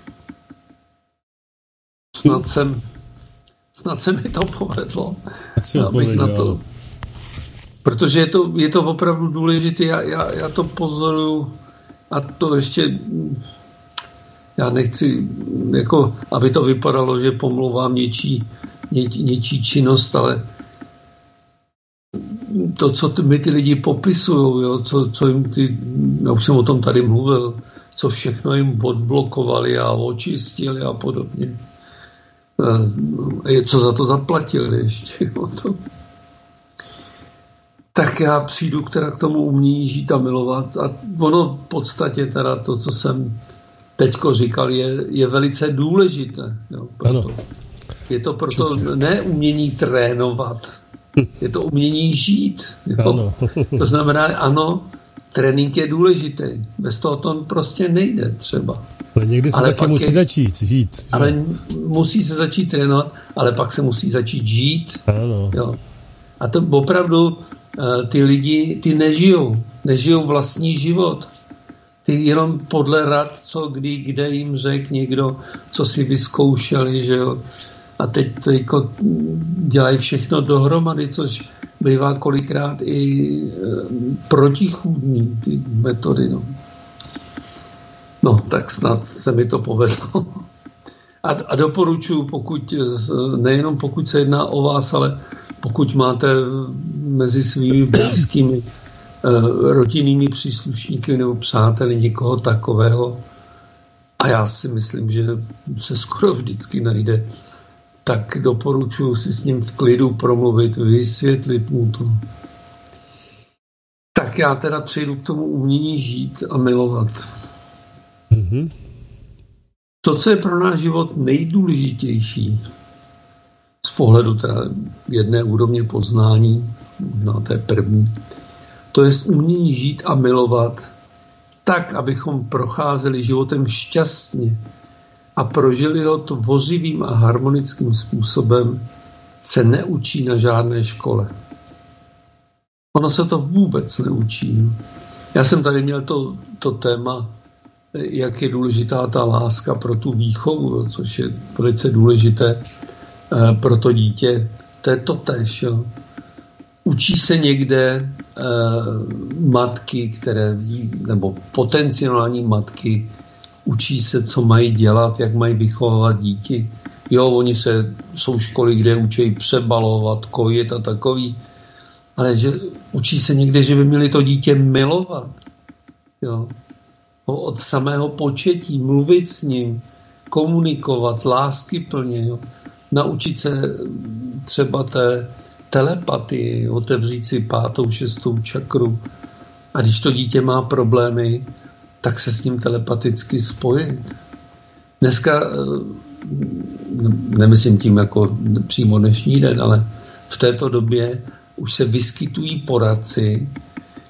Snad jsem, snad se mi to povedlo. Abych na to, protože je to, je to opravdu důležité. Já, já, já to pozoruju a to ještě já nechci, jako, aby to vypadalo, že pomlouvám něčí, ně, něčí činnost, ale to, co my ty lidi popisují, jo, co, co jim ty, já už jsem o tom tady mluvil, co všechno jim odblokovali a očistili a podobně. Co za to zaplatili ještě. O to. Tak já přijdu teda k tomu umění žít a milovat. A ono v podstatě teda to, co jsem teďko říkal, je, je velice důležité. Jo, proto. Je to proto ne umění trénovat, je to umění žít. Jo. To znamená, ano, trénink je důležitý. Bez toho to prostě nejde třeba. Ale někdy se ale taky musí je, začít žít. Že? Ale musí se začít trénovat, ale pak se musí začít žít. Ano. Jo. A to opravdu ty lidi, ty nežijou. Nežijou vlastní život. Ty jenom podle rad, co kdy, kde jim řek někdo, co si vyzkoušeli, že jo. A teď to jako dělají všechno dohromady, což bývá kolikrát i e, protichůdný ty metody. No. no, tak snad se mi to povedlo. A, a doporučuji, pokud, nejenom pokud se jedná o vás, ale pokud máte mezi svými blízkými e, rodinnými příslušníky nebo přáteli někoho takového, a já si myslím, že se skoro vždycky najde, tak doporučuji si s ním v klidu promluvit, vysvětlit mu to. Tak já teda přejdu k tomu umění žít a milovat. Mm-hmm. To, co je pro náš život nejdůležitější z pohledu teda jedné úrovně poznání, možná té první, to je umění žít a milovat tak, abychom procházeli životem šťastně a prožili ho tvořivým a harmonickým způsobem, se neučí na žádné škole. Ono se to vůbec neučí. Já jsem tady měl to, to téma, jak je důležitá ta láska pro tu výchovu, což je velice důležité pro to dítě. To je totéž. Jo. Učí se někde eh, matky, které, nebo potenciální matky, učí se, co mají dělat, jak mají vychovávat dítě. Jo, oni se, jsou školy, kde učí přebalovat, kojit a takový, ale že učí se někde, že by měli to dítě milovat. Jo. Od samého početí, mluvit s ním, komunikovat, láskyplně, jo. Naučit se třeba té telepatii, otevřít si pátou, šestou čakru. A když to dítě má problémy, tak se s ním telepaticky spojit. Dneska, nemyslím tím jako přímo dnešní den, ale v této době už se vyskytují poradci,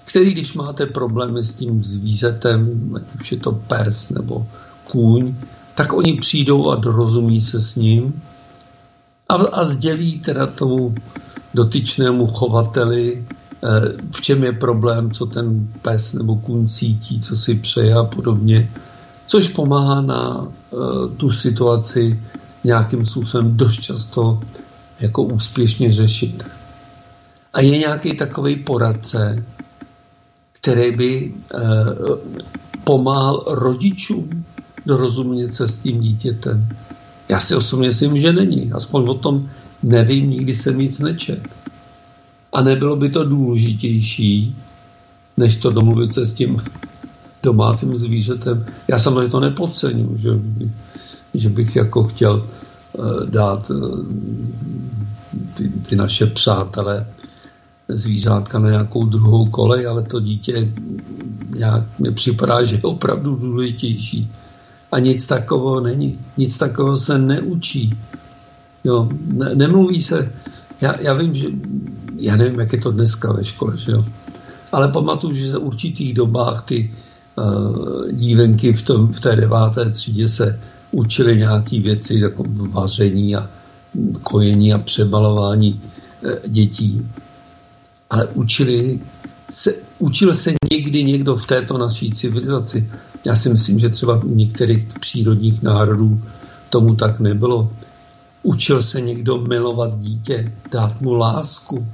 který, když máte problémy s tím zvířetem, ať už je to pes nebo kůň, tak oni přijdou a dorozumí se s ním a, a sdělí teda tomu dotyčnému chovateli, v čem je problém, co ten pes nebo kůň cítí, co si přeje a podobně, což pomáhá na uh, tu situaci nějakým způsobem dost často jako úspěšně řešit. A je nějaký takový poradce, který by uh, pomáhal rodičům dorozumět se s tím dítětem. Já si osobně myslím, že není. Aspoň o tom nevím, nikdy jsem nic nečetl. A nebylo by to důležitější, než to domluvit se s tím domácím zvířetem. Já samozřejmě to nepodceňuji, že, že bych jako chtěl uh, dát uh, ty, ty naše přátelé zvířátka na nějakou druhou kolej, ale to dítě nějak mi připadá, že je opravdu důležitější. A nic takového není. Nic takového se neučí. Jo, ne, nemluví se. Já, já vím, že já nevím, jak je to dneska ve škole, že jo. Ale pamatuju, že v určitých dobách ty uh, dívenky v, tom, v té deváté třídě se učily nějaké věci, jako vaření a kojení a přebalování uh, dětí. Ale učili se, učil se někdy někdo v této naší civilizaci. Já si myslím, že třeba u některých přírodních národů tomu tak nebylo. Učil se někdo milovat dítě, dát mu lásku?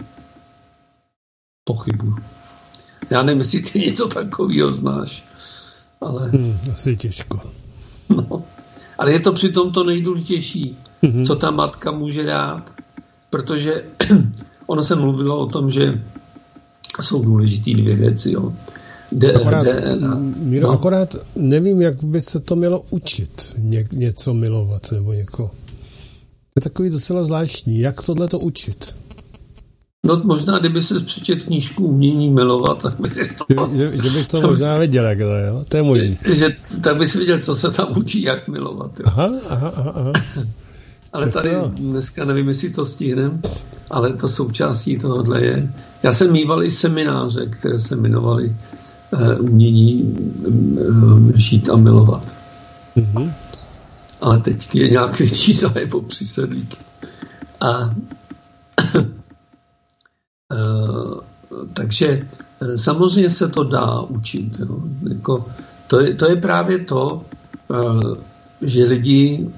Pochybuju. Já nevím, jestli ty něco takového znáš. Ale... Hmm, asi těžko. No. Ale je to přitom to nejdůležitější, hmm. co ta matka může dát. Protože ono se mluvilo o tom, že jsou důležitý dvě věci. Jo. De, akorát, de, Míro, no. akorát nevím, jak by se to mělo učit. Ně, něco milovat nebo někoho. Je takový docela zvláštní. Jak tohle to učit? No možná, kdyby se přečet knížku Umění milovat, tak bych si to... Že, že bych to možná věděl, jak to je, jo? To je možný. Že, tak bys viděl, co se tam učí, jak milovat. Jo? Aha, aha, aha. Ale tak tady to... dneska nevím, jestli to stihnem, ale to součástí tohohle je. Já jsem mýval i semináře, které se jmenovaly uh, Umění uh, žít a milovat. Mm-hmm. Ale teď je nějaký větší zájem o přísedlíky. A Uh, takže uh, samozřejmě se to dá učit. Jo. Jako, to, je, to je právě to, uh, že lidi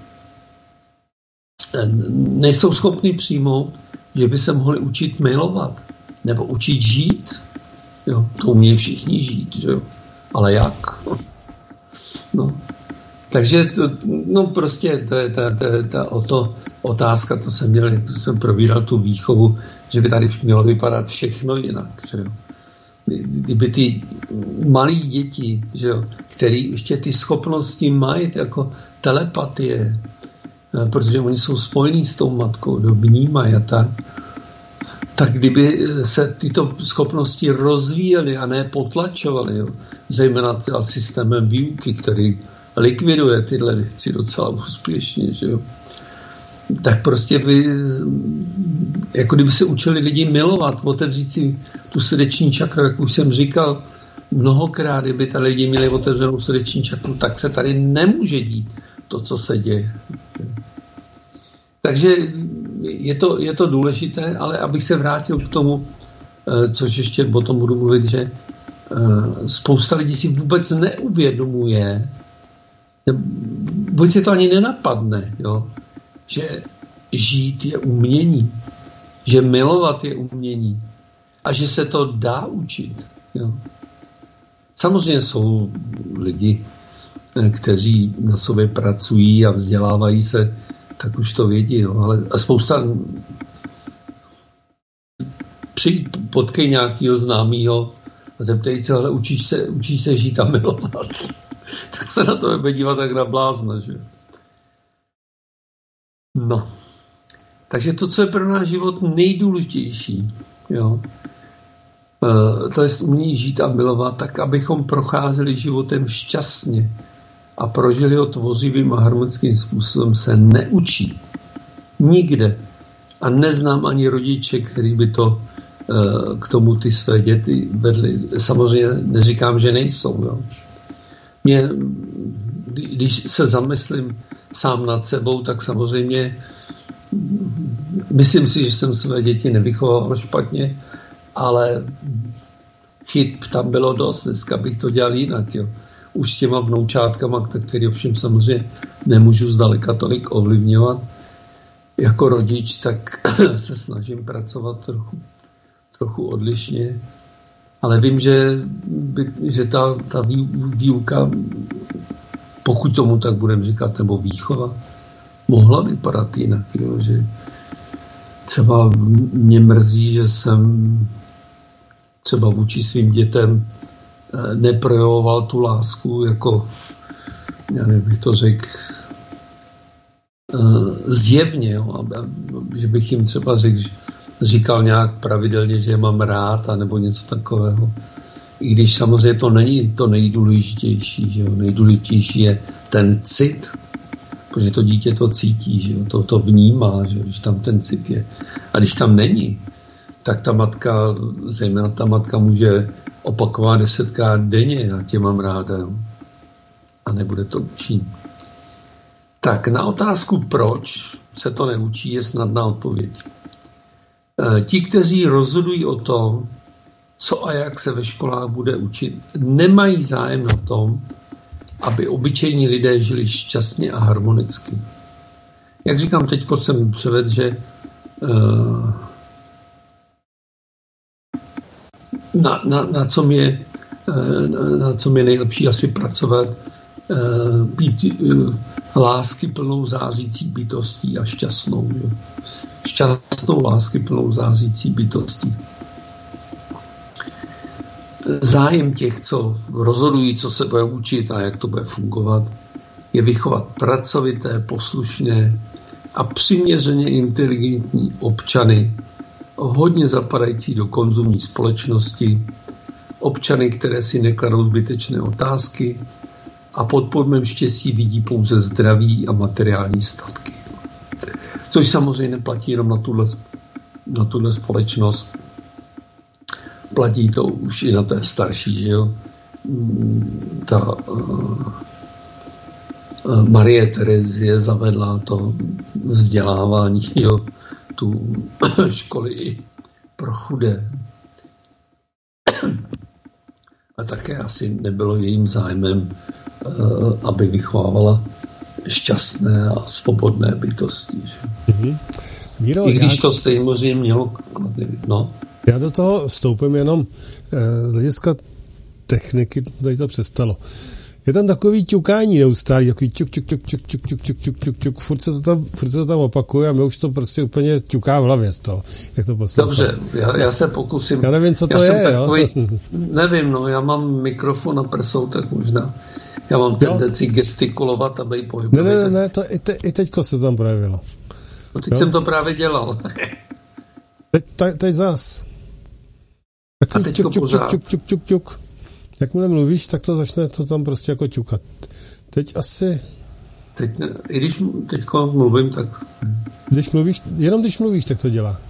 nejsou schopni přijmout, že by se mohli učit milovat nebo učit žít. Jo. To umějí všichni žít, že jo. Ale jak? No. Takže to, no prostě to je ta, ta, ta o to otázka, to jsem měl, jak jsem probíral tu výchovu, že by tady mělo vypadat všechno jinak. Že jo. Kdyby ty malí děti, že jo, který ještě ty schopnosti mají, jako telepatie, protože oni jsou spojení s tou matkou, do vnímají a tak, tak kdyby se tyto schopnosti rozvíjely a ne potlačovaly, jo, zejména systémem výuky, který likviduje tyhle věci docela úspěšně, že jo, tak prostě by, jako kdyby se učili lidi milovat, otevřít si tu srdeční čakru, jak už jsem říkal mnohokrát, kdyby tady lidi měli otevřenou srdeční čakru, tak se tady nemůže dít to, co se děje. Takže je to, je to důležité, ale abych se vrátil k tomu, což ještě o tom budu mluvit, že spousta lidí si vůbec neuvědomuje, vůbec se to ani nenapadne, jo, že žít je umění, že milovat je umění a že se to dá učit. Jo. Samozřejmě jsou lidi, kteří na sobě pracují a vzdělávají se, tak už to vědí, jo. Ale a spousta přijď, potkej nějakého známého a zeptej se, ale učíš se, učíš se žít a milovat. Tak se na to bude dívat tak na blázna, že? No. Takže to, co je pro náš život nejdůležitější, jo, to je umění žít a milovat, tak abychom procházeli životem šťastně a prožili ho tvořivým a harmonickým způsobem, se neučí. Nikde. A neznám ani rodiče, který by to k tomu ty své děti vedly. Samozřejmě neříkám, že nejsou. Jo. Mě, když se zamyslím sám nad sebou, tak samozřejmě myslím si, že jsem své děti nevychoval špatně, ale chyb tam bylo dost, dneska bych to dělal jinak. Jo. Už s těma vnoučátkama, který ovšem samozřejmě nemůžu zdaleka tolik ovlivňovat jako rodič, tak se snažím pracovat trochu, trochu odlišně. Ale vím, že, by, že ta, ta výuka, pokud tomu tak budeme říkat, nebo výchova, mohla vypadat jinak. Jo? Že třeba mě mrzí, že jsem třeba vůči svým dětem neprojevoval tu lásku jako, já nevím, bych to řekl, zjevně, jo? Že bych jim třeba řekl, říkal nějak pravidelně, že je mám rád, a nebo něco takového. I když samozřejmě to není to nejdůležitější. Že jo? Nejdůležitější je ten cit, protože to dítě to cítí, že jo? To, to vnímá, že jo? Když tam ten cit je. A když tam není, tak ta matka, zejména ta matka může opakovat desetkrát denně, já tě mám ráda. Jo? A nebude to učit. Tak na otázku, proč se to neučí, je snadná odpověď. Ti, kteří rozhodují o tom, co a jak se ve školách bude učit, nemají zájem na tom, aby obyčejní lidé žili šťastně a harmonicky. Jak říkám, teď jsem převedl, že na, na, na, co mě, na co mě nejlepší asi pracovat, být lásky plnou zářící bytostí a šťastnou. Jo. Šťastnou lásky plnou zářící bytostí. Zájem těch, co rozhodují, co se bude učit a jak to bude fungovat, je vychovat pracovité, poslušné a přiměřeně inteligentní občany, hodně zapadající do konzumní společnosti, občany, které si nekladou zbytečné otázky a pod pojmem štěstí vidí pouze zdraví a materiální statky. Což samozřejmě neplatí jenom na tuhle, na tuhle společnost. Platí to už i na té starší, že jo. Ta uh, Marie Terezie zavedla to vzdělávání, jo, tu školy i pro chudé. A také asi nebylo jejím zájmem, uh, aby vychovávala šťastné a svobodné bytosti. Mm-hmm. Míro, I když já... to stejně mělo no. Já do toho vstoupím jenom eh, z hlediska techniky, tady to přestalo. Je tam takový ťukání neustálý, takový čuk, čuk, čuk, čuk, čuk, čuk, čuk, čuk, čuk, čuk, furt se to tam, furt se to tam opakuje a mě už to prostě úplně ťuká v hlavě z toho, jak to poslouchám. Dobře, já, já se pokusím. Já nevím, co to je, takový, jo? Nevím, no, já mám mikrofon na prsou, tak možná. Já mám tendenci gestikulovat a být pohybový. Ne, ne, ne, ne, to i, te, i teďko se tam projevilo. No teď jo? Jsem to právě dělal. Teď, te, teď zas. A teď čuk, čuk, čuk, čuk, čuk, čuk, čuk. Jakmile mluvíš, tak to začne to tam prostě jako čukat. Teď asi... Teď ne, i když teďko mluvím, tak... Když mluvíš, jenom když mluvíš, tak to dělá.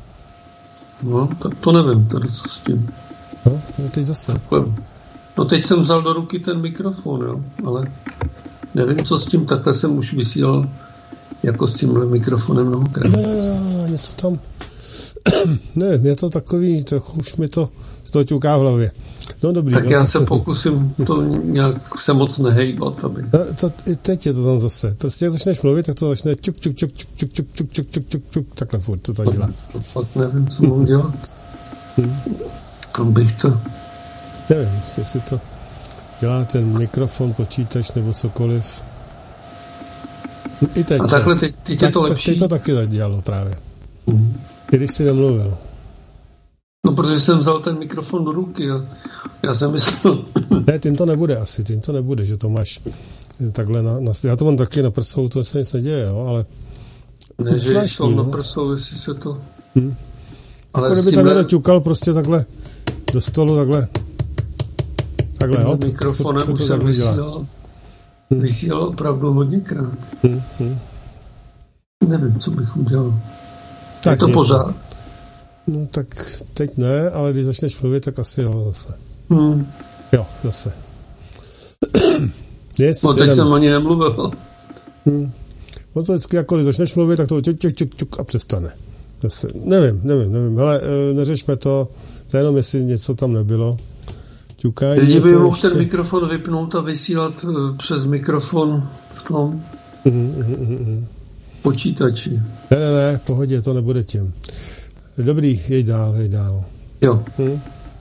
No, tak to nevím, tady co s tím. No, teď zase. Takhle. No teď jsem vzal do ruky ten mikrofon, jo, ale nevím, co s tím, takhle jsem už vysílal jako s tímhle mikrofonem mnohokrát. No, něco tam... Ne, je to takový, trochu už mi to z toho ťuká v hlavě. No dobrý. Tak no, já tak... se pokusím to nějak se moc nehejbat, aby... No, to, i teď je to tam zase. Prostě jak začneš mluvit, tak to začne čuk, čuk, čuk, čuk, čuk, čuk, čuk, čuk, čuk, čuk, čuk, takhle furt to tak dělá. To fakt nevím, co mám dělat. Hmm. Kam bych to... Nevím, jestli to dělá ten mikrofon, počítač nebo cokoliv. I teď. A takhle teď, teď tak, je to lepší? Teď to taky tak dělalo právě. Hmm. I když jsi nemluvil. No, protože jsem vzal ten mikrofon do ruky a já jsem myslel... Ne, tím to nebude asi, tím to nebude, že to máš takhle na... na já to mám taky na prsou, to se nic neděje, jo, ale... Ne, že jsou no. na prsou, jestli se to... Hmm. Ale jako kdyby tam někdo ťukal prostě takhle do stolu, takhle... Takhle, jo. Mikrofonem už jsem vysílal, hmm. vysílal opravdu hodněkrát. Hmm. Hmm. Nevím, co bych udělal. Tak je to něco. pořád? No tak teď ne, ale když začneš mluvit, tak asi jo zase. Hmm. Jo, zase. Nic, no teď jsem ani nemluvil. Hmm. No to vždycky jako, když začneš mluvit, tak to čuk, čuk, čuk, čuk a přestane. Zase. Nevím, nevím, nevím. Hele, neřešme to, to jenom jestli něco tam nebylo. Ťukání. Lidi by mohl ještě... ten mikrofon vypnout a vysílat přes mikrofon v tom mm, mm, mm. počítači. Ne, ne, ne, v pohodě, to nebude tím. Dobrý, jej dál, jej dál. Jo. Hmm?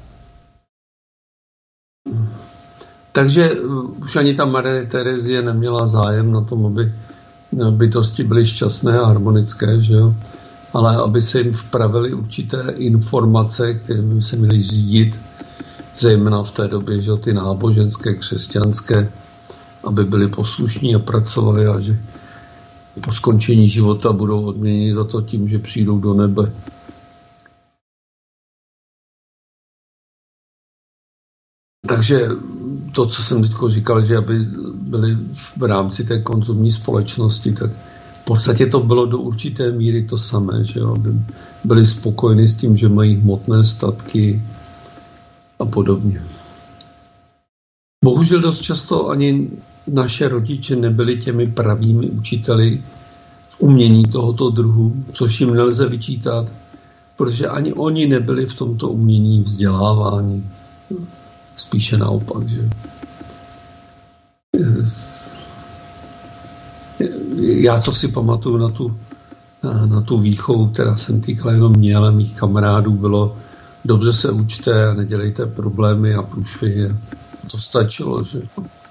Takže už ani ta Marie Terezie neměla zájem na tom, aby bytosti byly šťastné a harmonické, že jo? Ale aby se jim vpravily určité informace, které by se měly řídit, zejména v té době, že jo, ty náboženské, křesťanské, aby byli poslušní a pracovali a že po skončení života budou odměněni za to tím, že přijdou do nebe. Takže to, co jsem teď říkal, že aby byli v rámci té konzumní společnosti, tak v podstatě to bylo do určité míry to samé, že aby byli spokojeni s tím, že mají hmotné statky a podobně. Bohužel dost často ani naše rodiče nebyli těmi pravými učiteli v umění tohoto druhu, což jim nelze vyčítat, protože ani oni nebyli v tomto umění vzděláváni. Spíše naopak, že? Já, co si pamatuju na tu, na, na tu výchovu, která jsem týkala jenom mě, ale mých kamarádů, bylo dobře se učte a nedělejte problémy a průšvihy. To stačilo, že?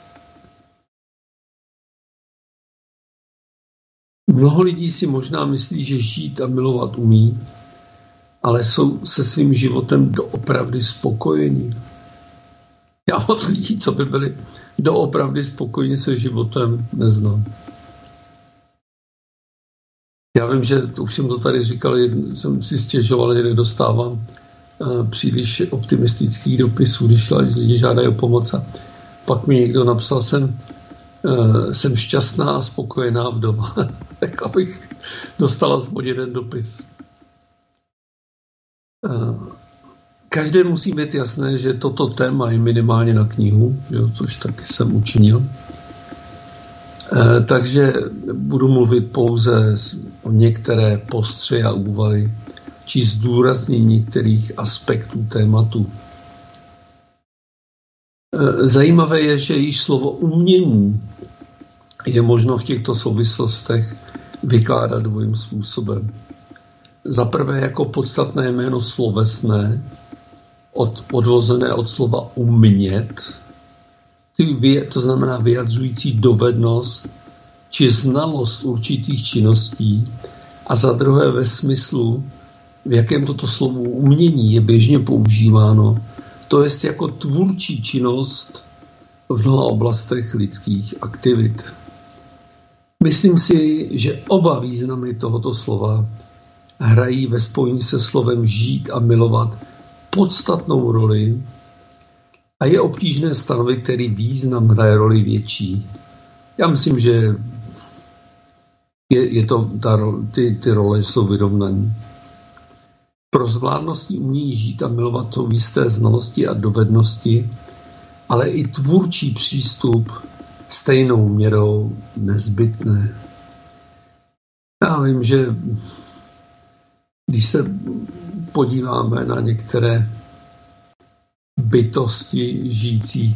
Mnoho lidí si možná myslí, že žít a milovat umí, ale jsou se svým životem doopravdy spokojení. Já od lidí, co by byli doopravdy spokojeni se životem, neznám. Já vím, že už jsem to tady říkal, jsem si stěžoval, že nedostávám příliš optimistických dopisů, když lidi žádají o pomoc. A pak mi někdo napsal, jsem, jsem šťastná a spokojená vdova. Tak abych dostala aspoň jeden dopis. Každé musí být jasné, že toto téma je minimálně na knihu, jo, což taky jsem učinil. E, takže budu mluvit pouze o některé postřehy a úvahy, či zdůraznění některých aspektů tématu. E, zajímavé je, že již slovo umění je možno v těchto souvislostech vykládat dvojím způsobem. Za prvé jako podstatné jméno slovesné, od, odvozené od slova umět, to znamená vyjadřující dovednost či znalost určitých činností, a za druhé ve smyslu, v jakém toto slovo umění je běžně používáno, to jest jako tvůrčí činnost v mnoha oblastech lidských aktivit. Myslím si, že oba významy tohoto slova hrají ve spojení se slovem žít a milovat podstatnou roli a je obtížné stanovit, který význam hraje roli větší. Já myslím, že je, je to, ta, ty, ty role jsou vyrovnané. Pro zvládností umění žít a milovat jsou jisté znalosti a dovednosti, ale i tvůrčí přístup stejnou měrou nezbytné. Já vím, že když se podíváme na některé bytosti žijící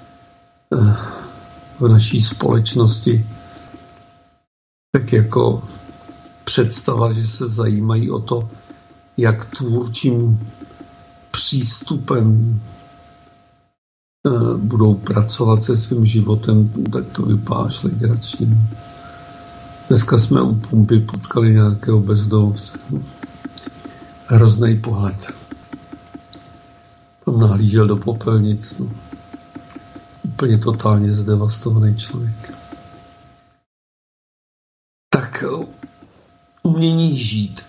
v naší společnosti, tak jako představa, že se zajímají o to, jak tvůrčím přístupem budou pracovat se svým životem, tak to vypadá až legračně. Dneska jsme u pumpy potkali nějakého bezdomovce. Hrozný pohled. Tam nahlížel do popelnic. No. Úplně totálně zdevastovaný člověk. Tak umění žít.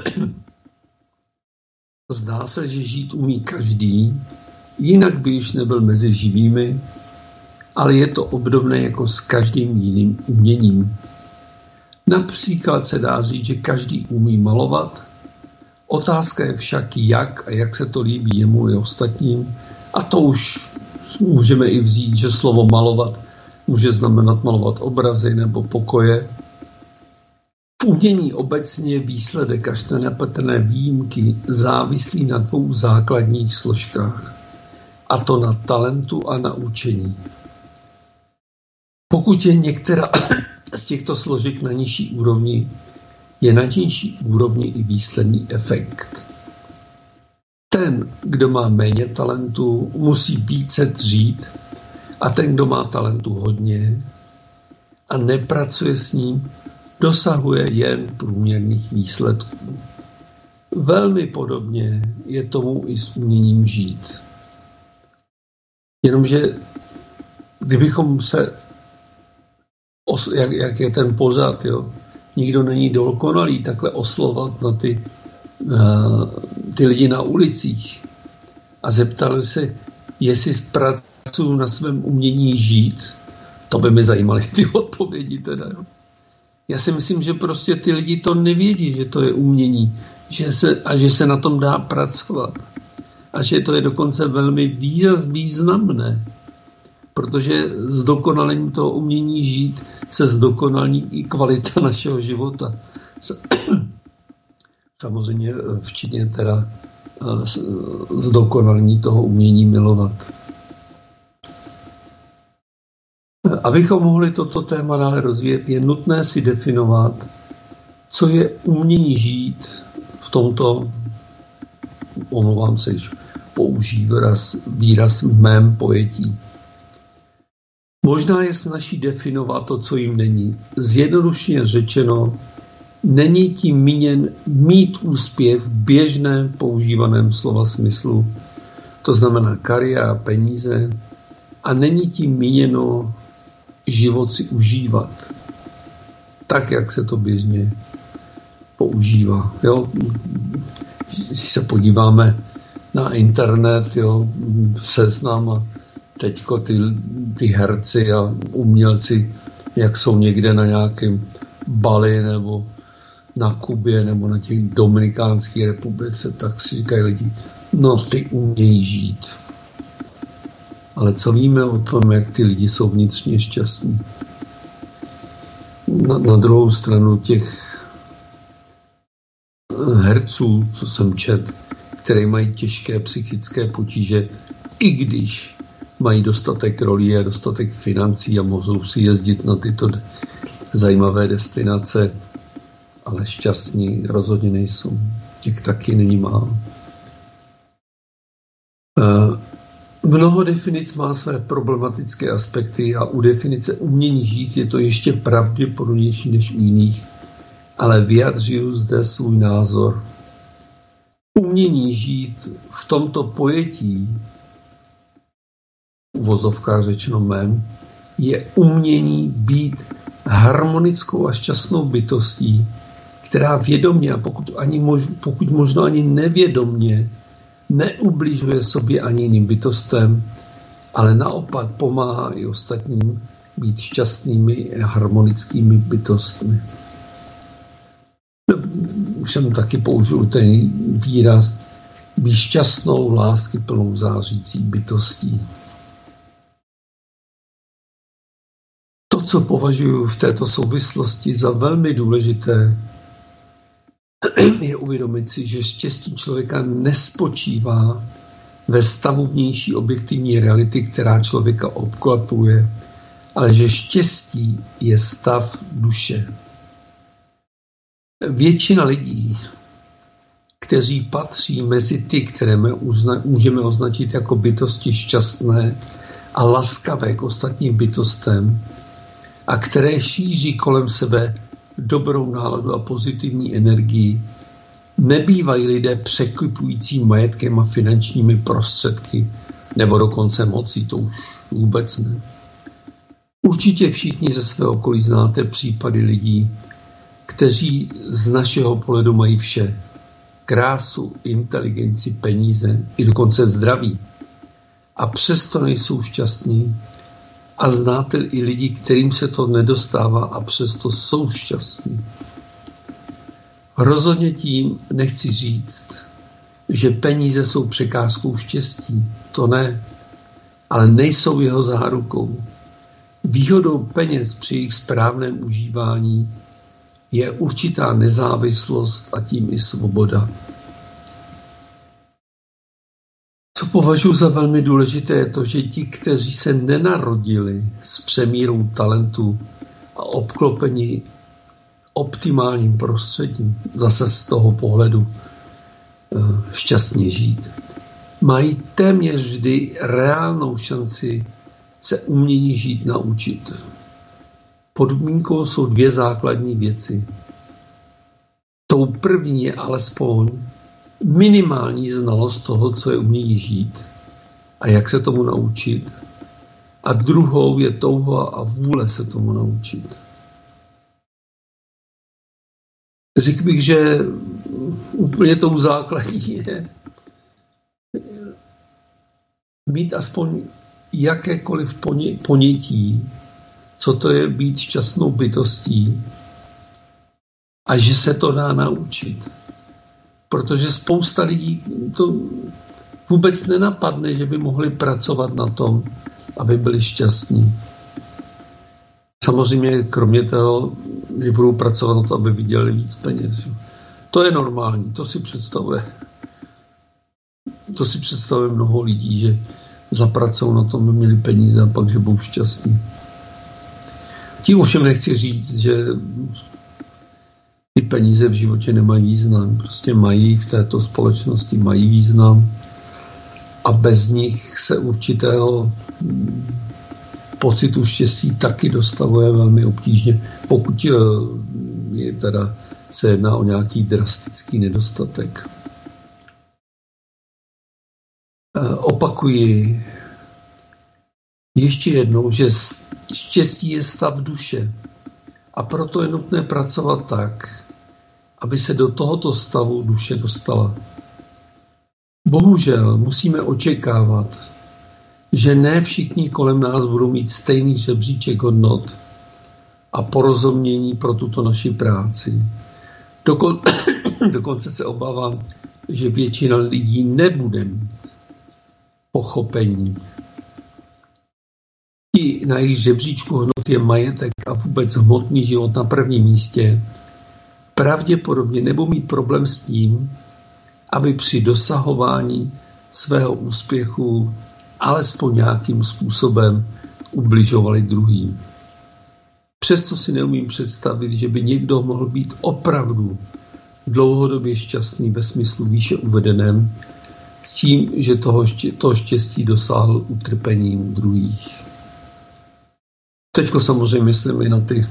Zdá se, že žít umí každý, jinak by již nebyl mezi živými, ale je to obdobné jako s každým jiným uměním. Například se dá říct, že každý umí malovat, Otázka je však jak a jak se to líbí jemu i ostatním. A to už můžeme i vzít, že slovo malovat může znamenat malovat obrazy nebo pokoje. V umění obecně je výsledek až na nepatrné výjimky závislý na dvou základních složkách. A to na talentu a na učení. Pokud je některá z těchto složek na nižší úrovni, je na nižší úrovni i výsledný efekt. Ten, kdo má méně talentu, musí více dřít a ten, kdo má talentu hodně a nepracuje s ním, dosahuje jen průměrných výsledků. Velmi podobně je tomu i s uměním žít. Jenomže kdybychom se, jak, jak je ten pořad, jo, nikdo není dokonalý, takhle oslovat na ty, uh, ty lidi na ulicích a zeptali se, jestli pracuju na svém umění žít, to by mi zajímaly ty odpovědi teda. Jo. Já si myslím, že prostě ty lidi to nevědí, že to je umění že se, a že se na tom dá pracovat. A že to je dokonce velmi výraz, významné, protože s dokonalením toho umění žít se zdokonalí i kvalita našeho života. Samozřejmě včetně teda zdokonalení toho umění milovat. Abychom mohli toto téma dále rozvíjet, je nutné si definovat, co je umění žít v tomto, omlouvám se, již použít výraz, výraz v mém pojetí. Možná je snaží definovat to, co jim není. Zjednodušeně řečeno, není tím míněn mít úspěch v běžném používaném slova smyslu, to znamená kariéra, peníze, a není tím míněno život si užívat, tak, jak se to běžně používá. Jo? Když se podíváme na internet, jo, seznam a teďko ty, ty herci a umělci, jak jsou někde na nějakém Bali nebo na Kubě nebo na těch Dominikánské republice, tak si říkají lidi, no ty umějí žít. Ale co víme o tom, jak ty lidi jsou vnitřně šťastní? Na, na druhou stranu těch herců, co jsem čet, které mají těžké psychické potíže, i když mají dostatek rolí a dostatek financí a mohou si jezdit na tyto zajímavé destinace, ale šťastní rozhodně nejsou. Těch taky není málo. Mnoho definic má své problematické aspekty a u definice umění žít je to ještě pravděpodobnější než u jiných, ale vyjadřuju zde svůj názor. Umění žít v tomto pojetí, uvozovkách řečeno mém, je umění být harmonickou a šťastnou bytostí, která vědomě a pokud, ani mož, pokud možno ani nevědomě neubližuje sobě ani jiným bytostem, ale naopak pomáhá i ostatním být šťastnými a harmonickými bytostmi. Už jsem taky použil ten výraz být šťastnou, láskyplnou, zářící bytostí. To, co považuji v této souvislosti za velmi důležité, je uvědomit si, že štěstí člověka nespočívá ve stavu vnější objektivní reality, která člověka obklopuje, ale že štěstí je stav duše. Většina lidí, kteří patří mezi ty, které můžeme označit jako bytosti šťastné a laskavé k ostatním bytostem a které šíří kolem sebe dobrou náladu a pozitivní energii, nebývají lidé překvapující majetkem a finančními prostředky nebo dokonce mocí, to už vůbec ne. Určitě všichni ze svého okolí znáte případy lidí, kteří z našeho pohledu mají vše. Krásu, inteligenci, peníze i dokonce zdraví. A přesto nejsou šťastní. A znáte i lidi, kterým se to nedostává a přesto jsou šťastní. Rozhodně tím nechci říct, že peníze jsou překážkou štěstí. To ne, ale nejsou jeho zárukou. Výhodou peněz při jejich správném užívání je určitá nezávislost a tím i svoboda. Co považuji za velmi důležité je to, že ti, kteří se nenarodili s přemírou talentu a obklopení optimálním prostředím, zase z toho pohledu šťastně žít, mají téměř vždy reálnou šanci se umění žít naučit. Podmínkou jsou dvě základní věci. Tou první je alespoň minimální znalost toho, co je umění žít a jak se tomu naučit. A druhou je touha a vůle se tomu naučit. Řekl bych, že úplně tou základní je mít aspoň jakékoliv ponětí, co to je být šťastnou bytostí a že se to dá naučit. Protože spousta lidí to vůbec nenapadne, že by mohli pracovat na tom, aby byli šťastní. Samozřejmě kromě toho, že budou pracovat na to, aby vydělali víc peněz. To je normální, to si představuje. To si představuje mnoho lidí, že zapracují na tom, aby měli peníze a pak, že budou šťastní. Tím ovšem nechci říct, že ty peníze v životě nemají význam. Prostě mají v této společnosti, mají význam a bez nich se určitého pocitu štěstí taky dostavuje velmi obtížně, pokud je teda se jedná o nějaký drastický nedostatek. Opakuji ještě jednou, že štěstí je stav duše a proto je nutné pracovat tak, aby se do tohoto stavu duše dostala. Bohužel musíme očekávat, že ne všichni kolem nás budou mít stejný žebříček hodnot a porozumění pro tuto naši práci. Dokon, dokonce se obávám, že většina lidí nebude mít pochopení. I na jejich žebříčku hodnot je majetek a vůbec hmotný život na prvním místě. Pravděpodobně nebudou mít problém s tím, aby při dosahování svého úspěchu alespoň nějakým způsobem ubližovali druhým. Přesto si neumím představit, že by někdo mohl být opravdu dlouhodobě šťastný ve smyslu výše uvedeném, s tím, že toho, ště, toho štěstí dosáhl utrpením druhých. Teďko samozřejmě myslím i na ty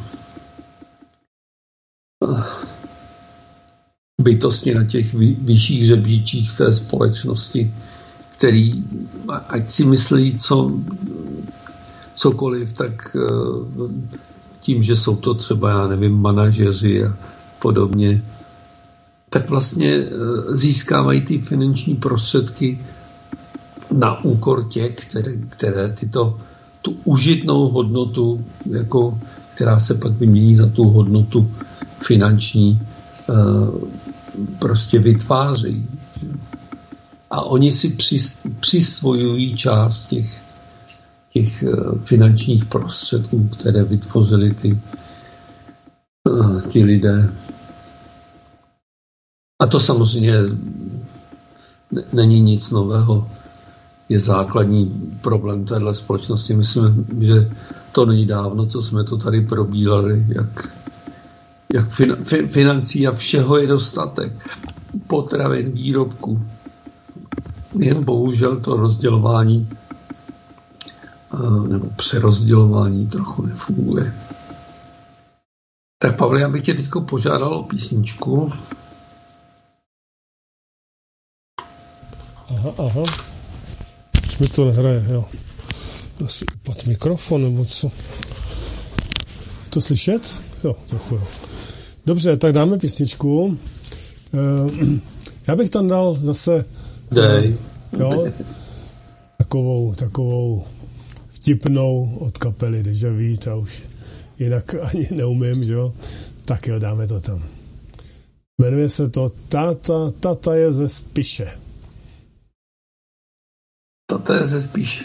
bytosti na těch vyšších žebříčích v té společnosti, který, ať si myslí co, cokoliv, tak tím, že jsou to třeba, já nevím, manažeři a podobně, tak vlastně získávají ty finanční prostředky na úkor těch, které, které tyto, tu užitnou hodnotu, jako, která se pak vymění za tu hodnotu finanční, prostě vytvářejí. A oni si přis, přisvojují část těch, těch finančních prostředků, které vytvořili ty, ty lidé. A to samozřejmě není nic nového. Je základní problém téhle společnosti. Myslím, že to není dávno, co jsme to tady probírali, jak, jak fin, financí a všeho je dostatek. Potravin, výrobků. Jen bohužel to rozdělování nebo přerozdělování trochu nefunguje. Tak Pavle, já bych tě teď požádal o písničku. Aha, aha. Proč mi to nehraje, jo? Asi upad mikrofon, nebo co? Je to slyšet? Jo, trochu jo. Dobře, tak dáme písničku. Já bych tam dal zase... Dej. Jo? Takovou, takovou vtipnou od kapely Deja Vu, ta už jinak ani neumím, že jo? Tak jo, dáme to tam. Jmenuje se to Táta, Tata je ze Spiše. Tata je ze Spiše.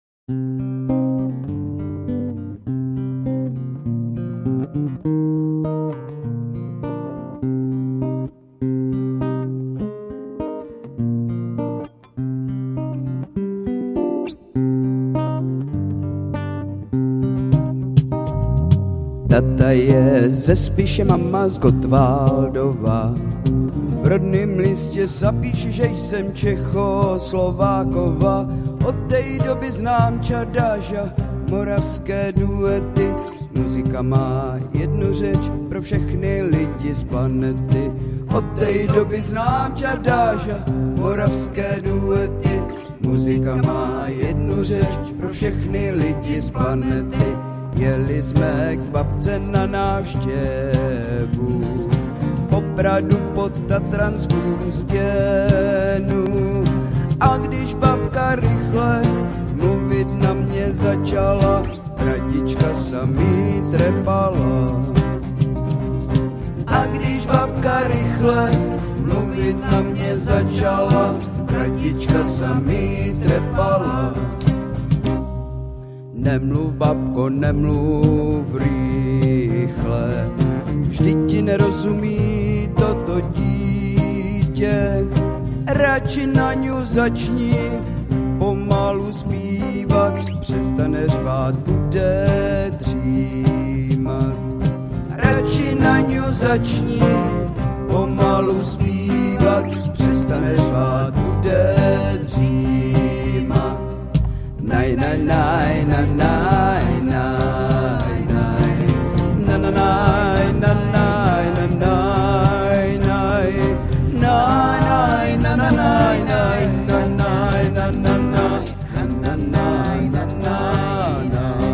Tata je ze Spiše, mama z Gottwaldova. V rodným listě zapíš, že jsem Čechoslovákova. Od té doby znám Čardáža, moravské duety. Muzika má jednu řeč pro všechny lidi z planety. Od té doby znám Čardáža, moravské duety. Muzika má jednu řeč pro všechny lidi z planety. Jeli jsme k babce na návštěvu, opravdu pod tatranskou stěnu. A když babka rychle mluvit na mě začala, kratička samý trepala. A když babka rychle mluvit na mě začala, kratička samý trepala. Nemluv, babko, nemluv rychle, vždyť ti nerozumí toto dítě. Radši na ňu začni pomalu zpívat, přestane řvát, bude dřímat. Radši na ňu začni pomalu zpívat, přestane řvát, bude dřímat. Naj, naj, naj, naj, naj, naj, naj, na, na, naj, na, naj, na, naj, naj, naj, naj, na, na, naj, naj, na, naj, na, na, naj, na, naj, na, naj,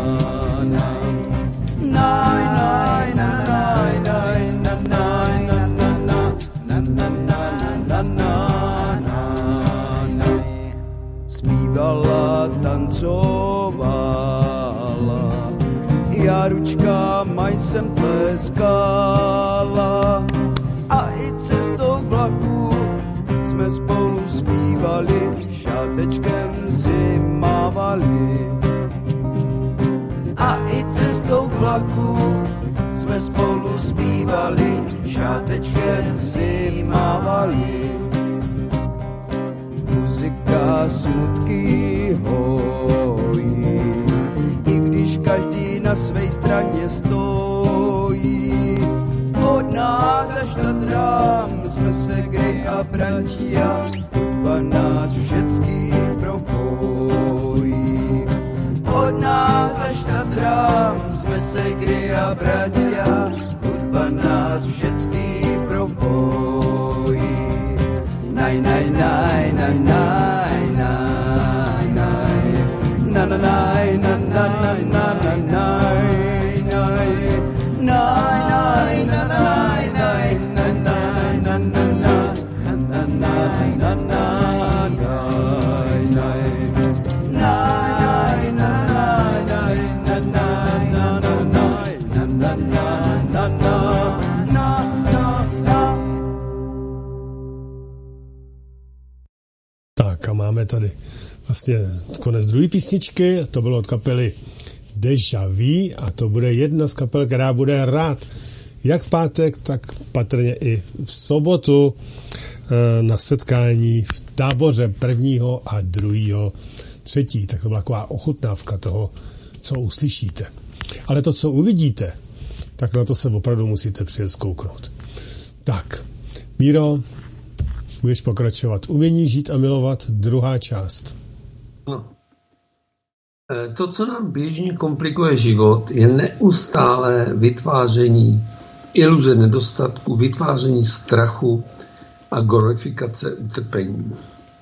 naj, naj, na, naj, naj, na, naj, na, na, na, na, na, na, na, zpívala, tancovala, já ručkama jsem tleskala a i cestou vlaku jsme spolu zpívali, šátečkem si mávali. A i cestou vlaku jsme spolu zpívali, šátečkem si mávali. Muzika smutky hojí, i když každý na své straně stojí. Od nás až Tatrám jsme se grej a bratia, hudba nás všecky propojí. Od nás až Tatrám jsme se grej a bratia, hudba nás všecky propojí. Naj, naj, naj, naj, naj, naj, naj, na, na, naj, na, na, na, na, na, naj, naj, naj, naj, na, naj, naj, na, naj, na, na, na, na, na, naj, na, naj, naj, naj, naj, na, naj, naj, na, naj, na, na, naj, na, na, na, na, na. Tak a máme tady vlastně konec druhé písničky, to bylo od kapely Deja Vu a to bude jedna z kapel, která bude hrát jak v pátek, tak patrně i v sobotu na setkání v Táboře prvního a druhého třetí. Tak to byla taková ochutnávka toho, co uslyšíte. Ale to, co uvidíte, tak na to se opravdu musíte přijet zkouknout. Tak, Míro, můžeš pokračovat. Umění žít a milovat, druhá část. No. To, co nám běžně komplikuje život, je neustálé vytváření iluze nedostatku, vytváření strachu a glorifikace utrpení.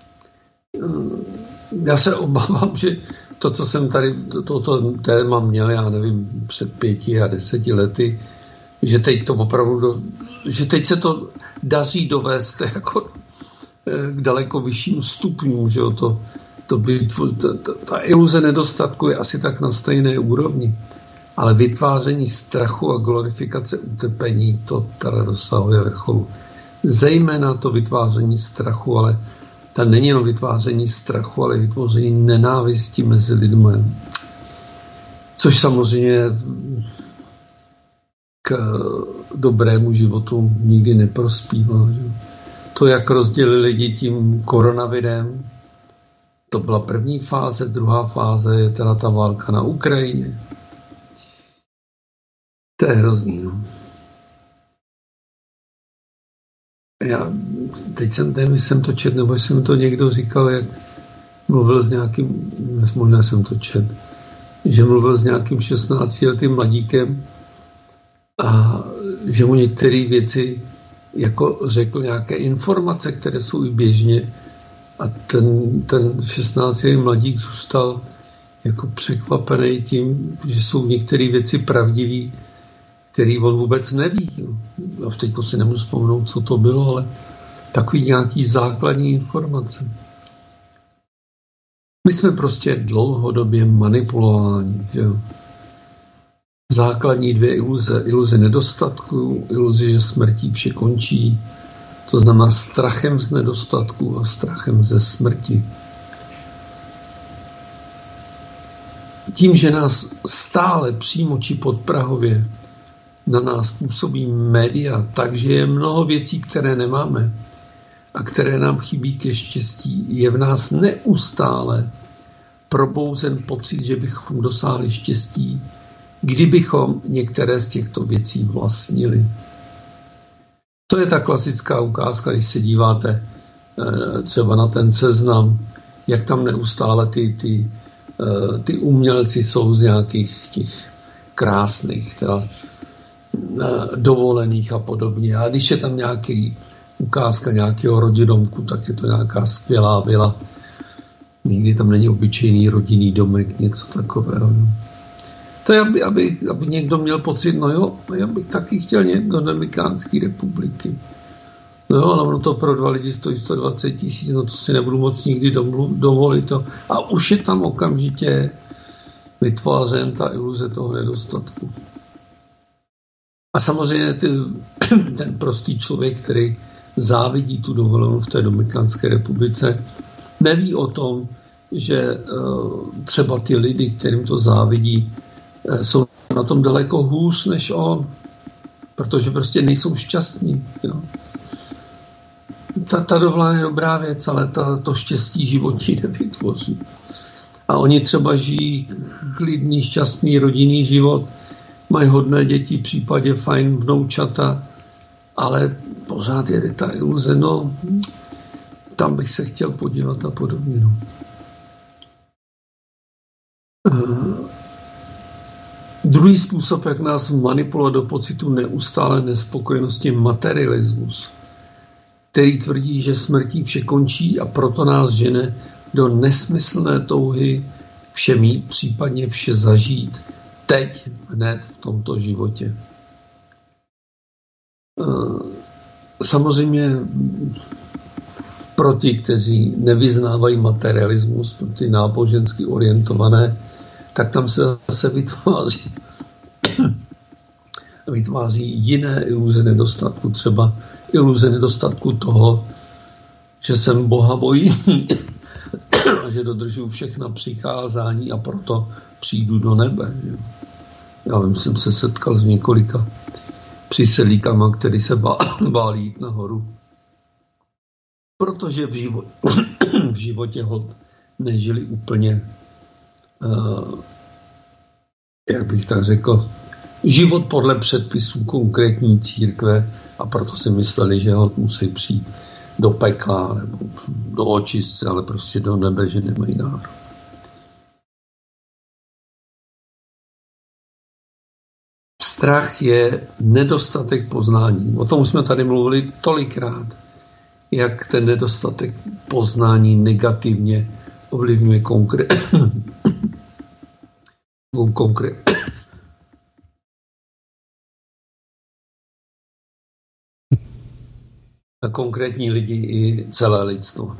Já se obávám, že to, co jsem tady, toto téma měl, já nevím, před pěti a deseti lety, že teď to opravdu, do, že teď se to daří dovést jako k daleko vyšším stupňům, že jo, to, to by, ta, ta, ta iluze nedostatku je asi tak na stejné úrovni, ale vytváření strachu a glorifikace utrpení, to teda dosahuje vrcholu. zejména to vytváření strachu, ale ta není jenom vytváření strachu, ale vytvoření nenávisti mezi lidmi. Což samozřejmě k dobrému životu nikdy neprospívá. Že? To, jak rozdělili lidi tím koronavirem, to byla první fáze, druhá fáze je teda ta válka na Ukrajině. To je hrozný, no. Já teď jsem, nevím, jsem to čet, nebo jsem to někdo říkal, jak mluvil s nějakým, možná jsem to čet, že mluvil s nějakým šestnáctiletým mladíkem a že mu některé věci jako řekl nějaké informace, které jsou i běžně a ten, ten šestnáctiletý mladík zůstal jako překvapený tím, že jsou některé věci pravdivé, který on vůbec neví. Já teď si nemůžu vzpomenout, co to bylo, ale takový nějaký základní informace. My jsme prostě dlouhodobě manipulováni. Že? Základní dvě iluze. Iluze nedostatku, iluze, že smrtí vše končí. To znamená strachem z nedostatku a strachem ze smrti. Tím, že nás stále přímo či podprahově na nás působí média, takže je mnoho věcí, které nemáme a které nám chybí ke štěstí, je v nás neustále probouzen pocit, že bychom dosáhli štěstí, kdybychom některé z těchto věcí vlastnili. To je ta klasická ukázka, když se díváte třeba na ten seznam, jak tam neustále ty, ty, ty umělci jsou z nějakých těch krásných teda, dovolených a podobně. A když je tam nějaký ukázka nějakého rodidomku, tak je to nějaká skvělá vila. Nikdy tam není obyčejný rodinný domek, něco takového. To je, aby, aby, aby někdo měl pocit, no jo, já bych taky chtěl někdo do Dominikánské republiky. No jo, ale ono to pro dva lidi stojí sto dvacet tisíc, no to si nebudu moc nikdy dovolit. To. A už je tam okamžitě vytvářen ta iluze toho nedostatku. A samozřejmě ty, ten prostý člověk, který závidí tu dovolenou v té Dominikánské republice, neví o tom, že třeba ty lidi, kterým to závidí, jsou na tom daleko hůř než on, protože prostě nejsou šťastní. Jo. Ta, ta dovolená je dobrá věc, ale ta, to štěstí životní nevytvoří. A oni třeba žijí klidný, šťastný rodinný život, mají hodné děti, v případě fajn vnoučata, ale pořád je ta iluze, no, tam bych se chtěl podívat a podobně. No. Uh, druhý způsob, jak nás manipulovat do pocitu neustále nespokojenosti, materialismus, který tvrdí, že smrtí vše končí a proto nás žene do nesmyslné touhy vše mít, případně vše zažít teď, hned v tomto životě. Samozřejmě pro ty, kteří nevyznávají materialismus, pro ty nábožensky orientované, tak tam se zase vytváří, vytváří jiné iluze nedostatku. Třeba iluze nedostatku toho, že jsem Boha bojím a že dodržuji všechna přikázání a proto přijdu do nebe. Já vím, jsem se setkal s několika přisedlíkama, který se bá, báli jít nahoru. Protože v, život, v životě hod nežili úplně, uh, jak bych tak řekl, život podle předpisů konkrétní církve a proto si mysleli, že hod musí přijít do pekla nebo do očistce, ale prostě do nebe, že nemají nárok. Strach je nedostatek poznání. O tom jsme tady mluvili tolikrát, jak ten nedostatek poznání negativně ovlivňuje konkrét... konkrét... konkrétní lidi i celé lidstvo.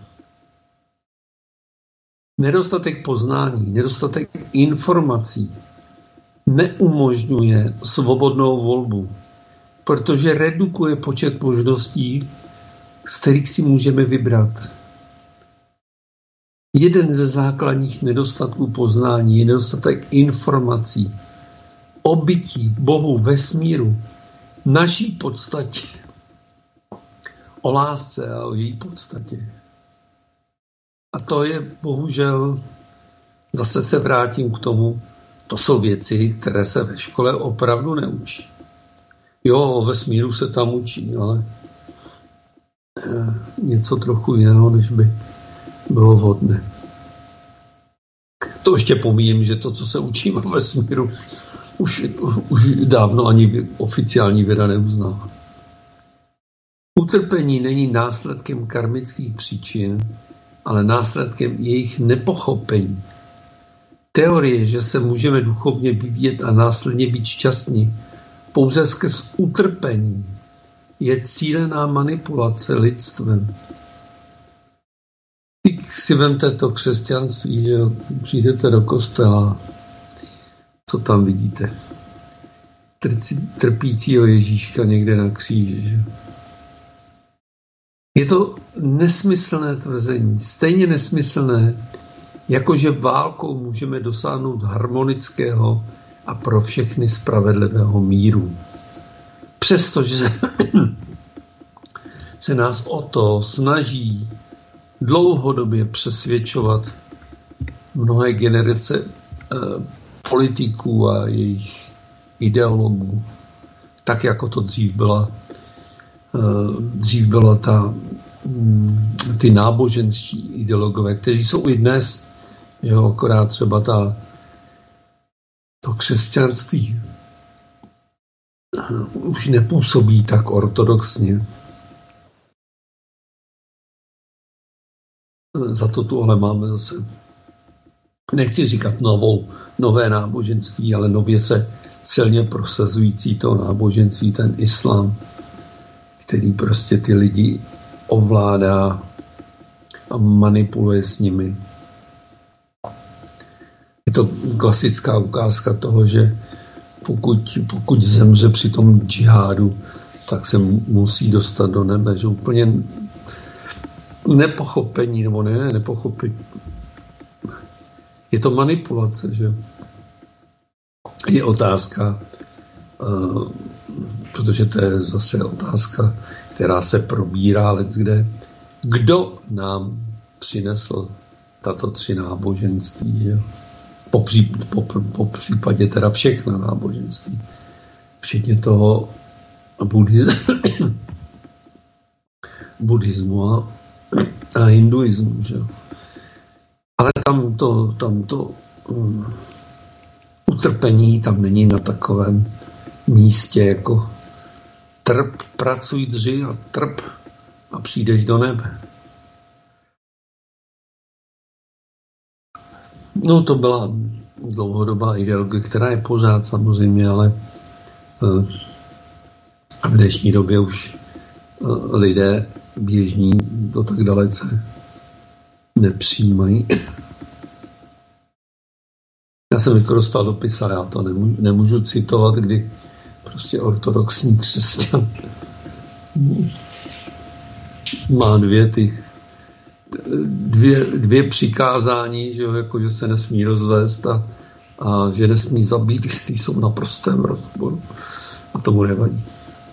Nedostatek poznání, nedostatek informací neumožňuje svobodnou volbu, protože redukuje počet možností, z kterých si můžeme vybrat. Jeden ze základních nedostatků poznání je nedostatek informací o bytí, Bohu, vesmíru, naší podstatě, o lásce a o její podstatě. A to je bohužel, zase se vrátím k tomu, to jsou věci, které se ve škole opravdu neučí. Jo, o vesmíru se tam učí, ale něco trochu jiného, než by bylo vhodné. To ještě pomíjím, že to, co se učím o vesmíru, už, už dávno ani oficiální věda neuznává. Utrpení není následkem karmických příčin, ale následkem jejich nepochopení. Teorie, že se můžeme duchovně vyvíjet a následně být šťastní pouze skrz utrpení, je cílená manipulace lidstvem. Teď si vemte to křesťanství, že přijdete do kostela, co tam vidíte? Trpícího Ježíška někde na kříži. Že? Je to nesmyslné tvrzení, stejně nesmyslné, jakože válkou můžeme dosáhnout harmonického a pro všechny spravedlivého míru. Přestože se nás o to snaží dlouhodobě přesvědčovat mnohé generace eh, politiků a jejich ideologů, tak jako to dřív byla, eh, dřív byla ta, hm, ty náboženští ideologové, kteří jsou i dnes, jo, akorát třeba ta, to křesťanství už nepůsobí tak ortodoxně. Za to tu ale máme zase, nechci říkat novou, nové náboženství, ale nově se silně prosazující to náboženství, ten islám, který prostě ty lidi ovládá a manipuluje s nimi. Je to klasická ukázka toho, že pokud, pokud zemře při tom džihádu, tak se musí dostat do nebe, že úplně nepochopení, nebo ne, ne nepochopení. Je to manipulace, že? Je otázka, uh, protože to je zase otázka, která se probírá leckde. Kdo nám přinesl tato tři náboženství, že? Po, pří, po, po případě teda všechna náboženství, včetně toho buddhismu, buddhismu a, a hinduismu. Že? Ale tam to, tam to um, utrpení tam není na takovém místě jako trp, pracuj, dři a trp a přijdeš do nebe. No to byla dlouhodobá ideologie, která je pořád samozřejmě, ale v dnešní době už lidé běžní to tak dalece nepřijímají. Já jsem jako dostal dopis, ale já to nemůžu, nemůžu citovat, kdy prostě ortodoxní křesťan má dvě ty Dvě, dvě přikázání, že, jo, jako, že se nesmí rozvést a, a že nesmí zabít, který jsou v naprostém rozporu. A tomu nevadí.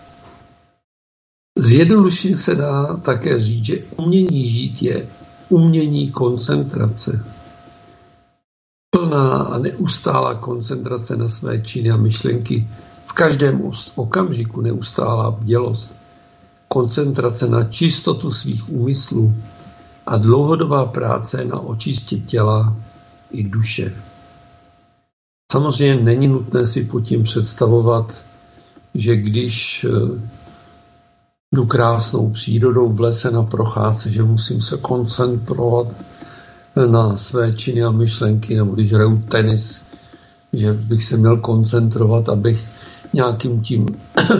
Zjednodušeně se dá také říct, že umění žít je umění koncentrace. Plná a neustálá koncentrace na své činy a myšlenky, v každém okamžiku neustálá bdělost, koncentrace na čistotu svých úmyslů a dlouhodobá práce na očistě těla i duše. Samozřejmě není nutné si pod tím představovat, že když jdu krásnou přírodou v lese na procházce, že musím se koncentrovat na své činy a myšlenky, nebo když hraju tenis, že bych se měl koncentrovat, abych nějakým tím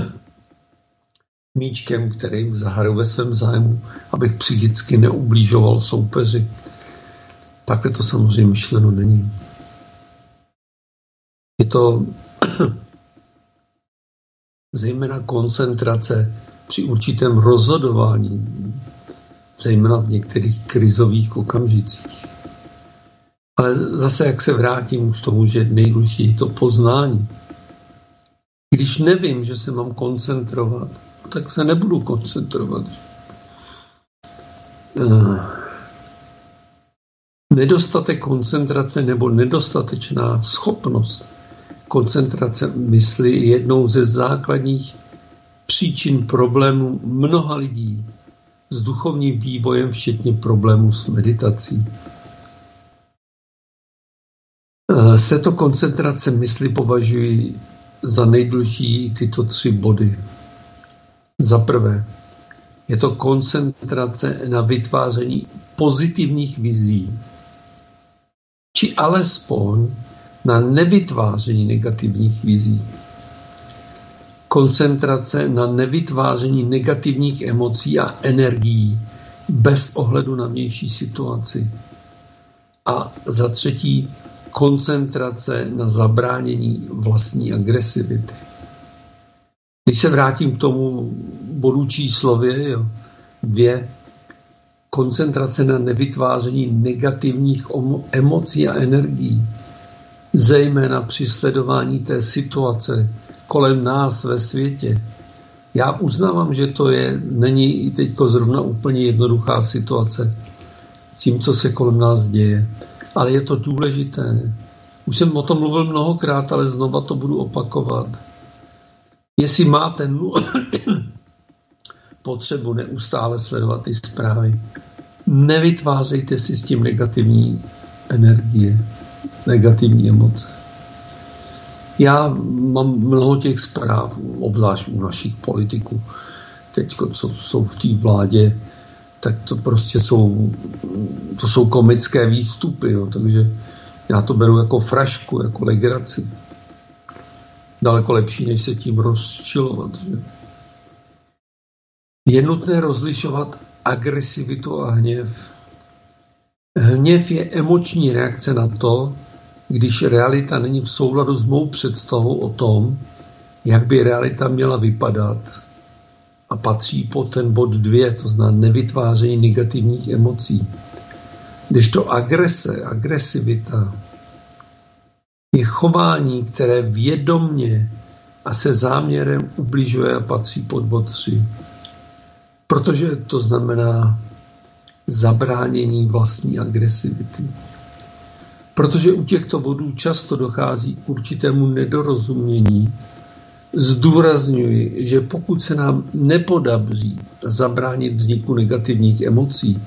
míčkem, kterým zahraju ve svém zájmu, abych psychicky neublížoval soupeři. Takhle to samozřejmě myšleno není. Je to zejména koncentrace při určitém rozhodování, zejména v některých krizových okamžicích. Ale zase, jak se vrátím k tomu, že nejdůležitější je to poznání. Když nevím, že se mám koncentrovat, tak se nebudu koncentrovat. Nedostatek koncentrace nebo nedostatečná schopnost koncentrace mysli je jednou ze základních příčin problémů mnoha lidí s duchovním vývojem, včetně problémů s meditací. Z této koncentrace mysli považuji za nejdůležitější tyto tři body. Za prvé, je to koncentrace na vytváření pozitivních vizí, či alespoň na nevytváření negativních vizí. Koncentrace na nevytváření negativních emocí a energií bez ohledu na vnější situaci. A za třetí, koncentrace na zabránění vlastní agresivity. Když se vrátím k tomu bodu číslově, jo, dvě, koncentrace na nevytváření negativních emocí a energií, zejména při sledování té situace kolem nás ve světě. Já uznávám, že to je, není i teďko zrovna úplně jednoduchá situace s tím, co se kolem nás děje. Ale je to důležité. Už jsem o tom mluvil mnohokrát, ale znova to budu opakovat. Jestli máte potřebu neustále sledovat ty zprávy, nevytvářejte si s tím negativní energie, negativní emoce. Já mám mnoho těch zpráv, obzvlášť u našich politiků, teď, co jsou v té vládě, tak to prostě jsou, to jsou komické výstupy, jo, takže já to beru jako frašku, jako legraci. Daleko lepší, než se tím rozčilovat. Že? Je nutné rozlišovat agresivitu a hněv. Hněv je emoční reakce na to, když realita není v souladu s mou představou o tom, jak by realita měla vypadat, a patří pod ten bod dvě, to znamená nevytváření negativních emocí. Kdežto agrese, agresivita je chování, které vědomně a se záměrem ubližuje a patří pod bod tři. Protože to znamená zabránění vlastní agresivity. Protože u těchto bodů často dochází k určitému nedorozumění. Zdůrazňuji, že pokud se nám nepodaří zabránit vzniku negativních emocí,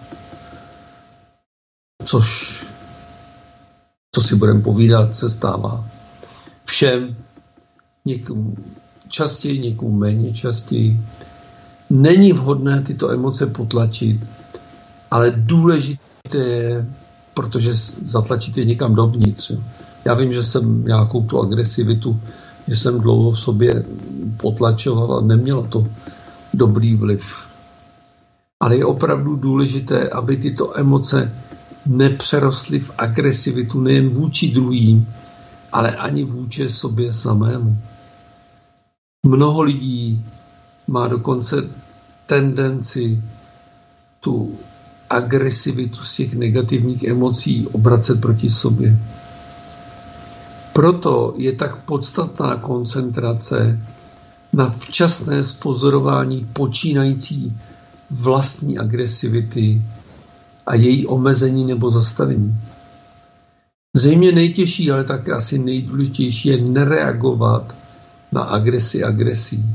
což, co si budeme povídat, se stává všem, někomu častěji, někomu méně častěji, není vhodné tyto emoce potlačit, ale důležité je, protože zatlačit je někam dovnitř. Já vím, že jsem nějakou tu agresivitu, že jsem dlouho v sobě potlačoval a nemělo to dobrý vliv. Ale je opravdu důležité, aby tyto emoce nepřerostly v agresivitu nejen vůči druhým, ale ani vůči sobě samému. Mnoho lidí má dokonce tendenci tu agresivitu z těch negativních emocí obracet proti sobě. Proto je tak podstatná koncentrace na včasné zpozorování počínající vlastní agresivity a její omezení nebo zastavení. Zřejmě nejtěžší, ale také asi nejdůležitější je nereagovat na agresi agresí.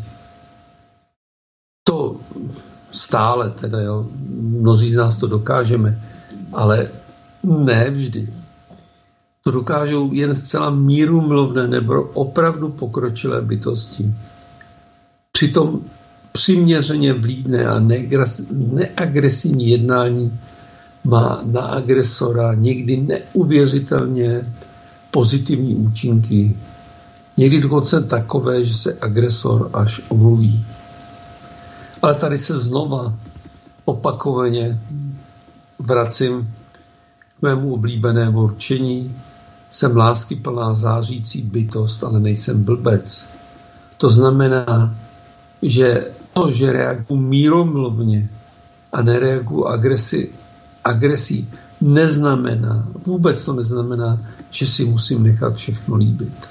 To stále teda, jo, mnozí z nás to dokážeme, ale ne vždy. To dokážou jen zcela mírumilovné nebo opravdu pokročilé bytosti. Přitom přiměřeně vlídné a neagresivní jednání má na agresora někdy neuvěřitelně pozitivní účinky. Někdy dokonce takové, že se agresor až omluví. Ale tady se znova opakovaně vracím k mému oblíbenému určení. Jsem láskyplná zářící bytost, ale nejsem blbec. To znamená, že to, že reagují míromluvně a nereagují agresi, agresí, neznamená, vůbec to neznamená, že si musím nechat všechno líbit.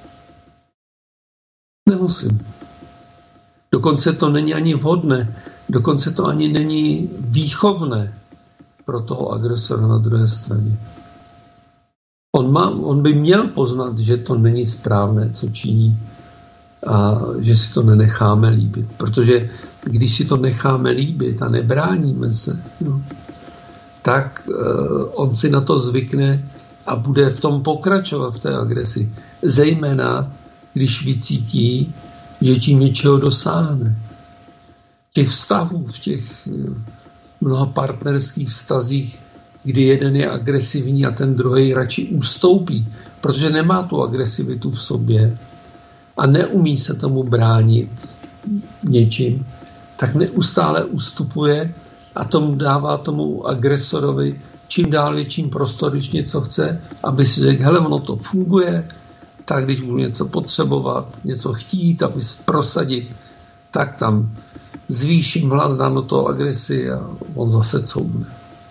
Nemusím. Dokonce to není ani vhodné, dokonce to ani není výchovné pro toho agresora na druhé straně. On, má, on by měl poznat, že to není správné, co činí, a že si to nenecháme líbit. Protože když si to necháme líbit a nebráníme se, no, tak uh, on si na to zvykne a bude v tom pokračovat, v té agresi. Zejména, když vycítí, že tím něčeho dosáhne. Těch vztahů, v těch mnoha partnerských vztazích, kdy jeden je agresivní a ten druhý radši ustoupí, protože nemá tu agresivitu v sobě a neumí se tomu bránit něčím, tak neustále ustupuje a tomu dává tomu agresorovi čím dál větším prostor, když něco chce, aby si řekl, hele, ono to funguje, tak když budu něco potřebovat, něco chtít, aby se prosadit, tak tam zvýším hlas, dám do toho agresi a on zase couvne.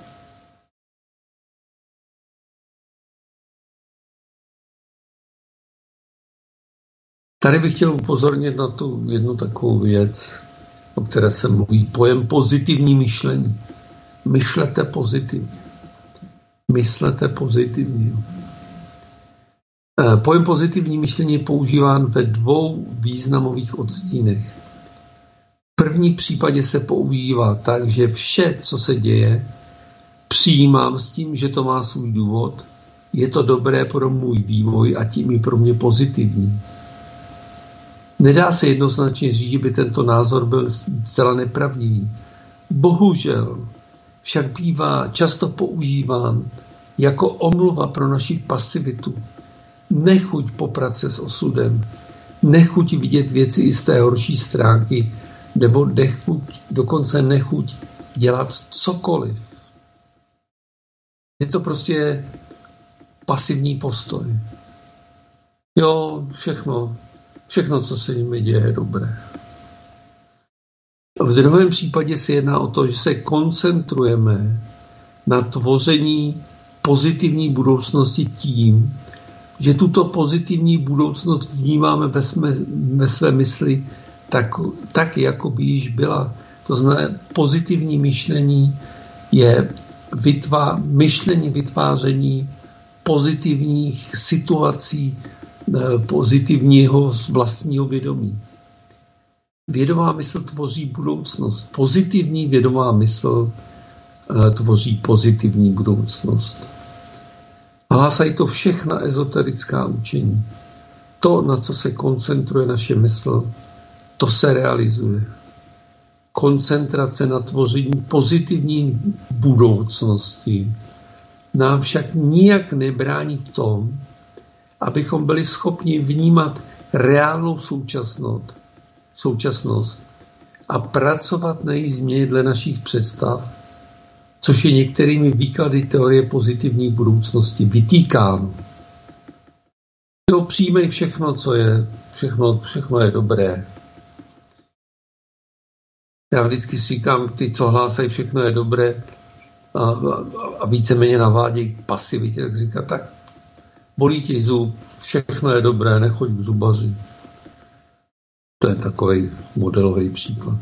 Tady bych chtěl upozornit na tu jednu takovou věc, o které se mluví, pojem pozitivní myšlení. Myšlete pozitivně. Myslete pozitivně. Pojem pozitivní myšlení je používán ve dvou významových odstínech. V prvním případě se používá tak, že vše, co se děje, přijímám s tím, že to má svůj důvod, je to dobré pro můj vývoj a tím i pro mě pozitivní. Nedá se jednoznačně říct, že by tento názor byl zcela nepravdivý. Bohužel však bývá často používán jako omluva pro naši pasivitu, nechuť poprat se s osudem, nechuť vidět věci i z té horší stránky, nebo nechuť, dokonce nechuť dělat cokoliv. Je to prostě pasivní postoj. Jo, všechno, všechno, co se jim děje, je dobré. V druhém případě se jedná o to, že se koncentrujeme na tvoření pozitivní budoucnosti tím, že tuto pozitivní budoucnost vnímáme ve, sme, ve své mysli tak, tak, jako by již byla. To znamená, pozitivní myšlení je vytvá, myšlení vytváření pozitivních situací, pozitivního vlastního vědomí. Vědomá mysl tvoří budoucnost. Pozitivní vědomá mysl tvoří pozitivní budoucnost. Hlásají to všechna ezoterická učení. To, na co se koncentruje naše mysl, to se realizuje. Koncentrace na tvoření pozitivní budoucnosti nám však nijak nebrání v tom, abychom byli schopni vnímat reálnou současnost, současnost a pracovat na její změně dle našich představ, což je některými výklady teorie pozitivní budoucnosti vytýkáno. Jo, přijmej všechno, co je, všechno, všechno je dobré. Já vždycky říkám, ty, co hlásají, všechno je dobré a, a, a víceméně navádějí k pasivitě, tak říká, tak bolí tě zub, všechno je dobré, nechoď k zubaři. To je takový modelový příklad.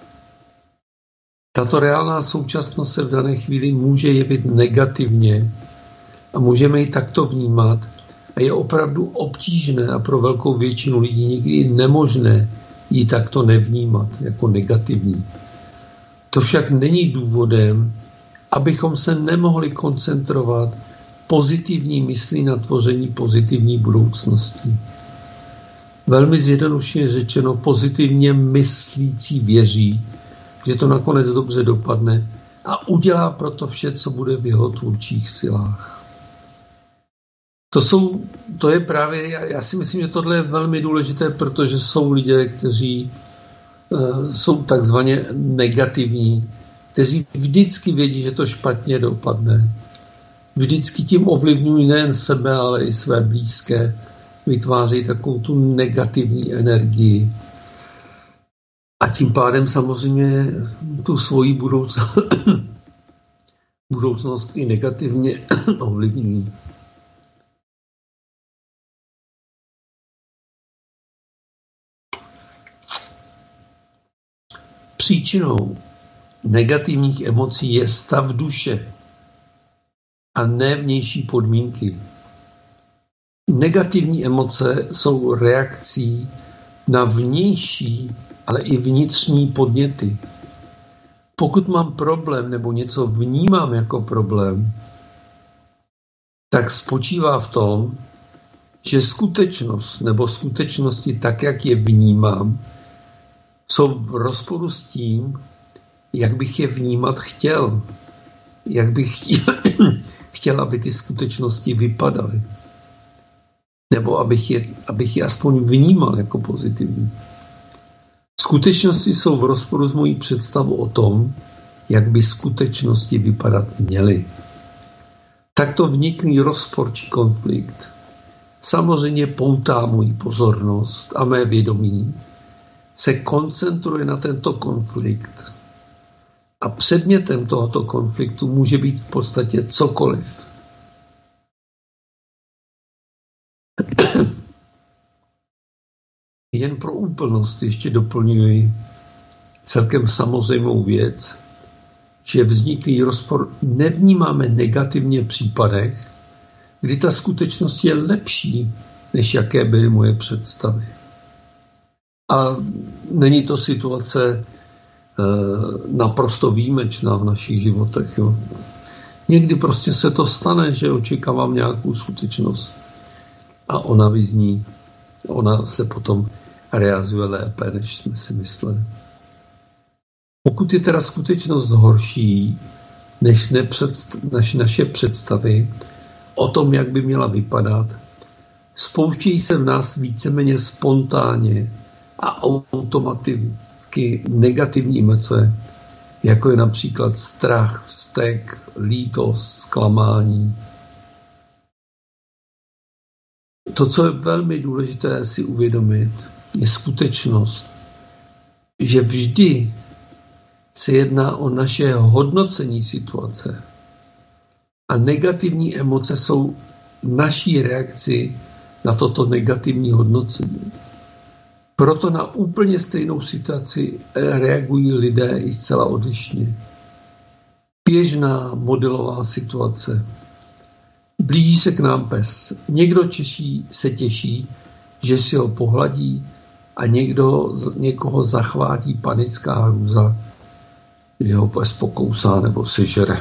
Tato reálná současnost se v dané chvíli může jevit negativně a můžeme ji takto vnímat a je opravdu obtížné a pro velkou většinu lidí nikdy nemožné ji takto nevnímat jako negativní. To však není důvodem, abychom se nemohli koncentrovat pozitivní myslí na tvoření pozitivní budoucnosti. Velmi zjednodušeně řečeno, pozitivně myslící věří, že to nakonec dobře dopadne a udělá proto vše, co bude v jeho tvůrčích silách. To, jsou, to je právě, já, já si myslím, že tohle je velmi důležité, protože jsou lidé, kteří uh, jsou takzvaně negativní, kteří vždycky vědí, že to špatně dopadne. Vždycky tím ovlivňují nejen sebe, ale i své blízké. Vytvářejí takovou tu negativní energii. tím pádem samozřejmě tu svoji budoucnost, budoucnost i negativně ovlivňují. Příčinou negativních emocí je stav duše a ne vnější podmínky. Negativní emoce jsou reakcí na vnější, ale i vnitřní podněty. Pokud mám problém nebo něco vnímám jako problém, tak spočívá v tom, že skutečnost nebo skutečnosti tak, jak je vnímám, jsou v rozporu s tím, jak bych je vnímat chtěl. Jak bych chtěl, chtěl aby ty skutečnosti vypadaly. Nebo abych je, abych je aspoň vnímal jako pozitivní. Skutečnosti jsou v rozporu s mojí představou o tom, jak by skutečnosti vypadat měly. Takto vniklý rozpor či konflikt samozřejmě poutá moji pozornost a mé vědomí se koncentruje na tento konflikt. A předmětem tohoto konfliktu může být v podstatě cokoliv. Jen pro úplnost ještě doplňuji celkem samozřejmou věc, že vzniklý rozpor nevnímáme negativně v případech, kdy ta skutečnost je lepší, než jaké byly moje představy. A není to situace e, naprosto výjimečná v našich životech. Jo. Někdy prostě se to stane, že očekávám nějakou skutečnost a ona vyzní, ona se potom realizuje lépe, než jsme si mysleli. Pokud je teda skutečnost horší než, nepředst- než naše představy o tom, jak by měla vypadat, spouštějí se v nás víceméně spontánně a automaticky negativní emoce, jako je například strach, vztek, lítost, zklamání. To, co je velmi důležité si uvědomit, je skutečnost, že vždy se jedná o naše hodnocení situace a negativní emoce jsou naší reakci na toto negativní hodnocení. Proto na úplně stejnou situaci reagují lidé i zcela odlišně. Běžná modelová situace. Blíží se k nám pes. Někdo češí, se těší, že si ho pohladí a někdo, někoho zachvátí panická hrůza, že ho pes pokousá nebo sežere.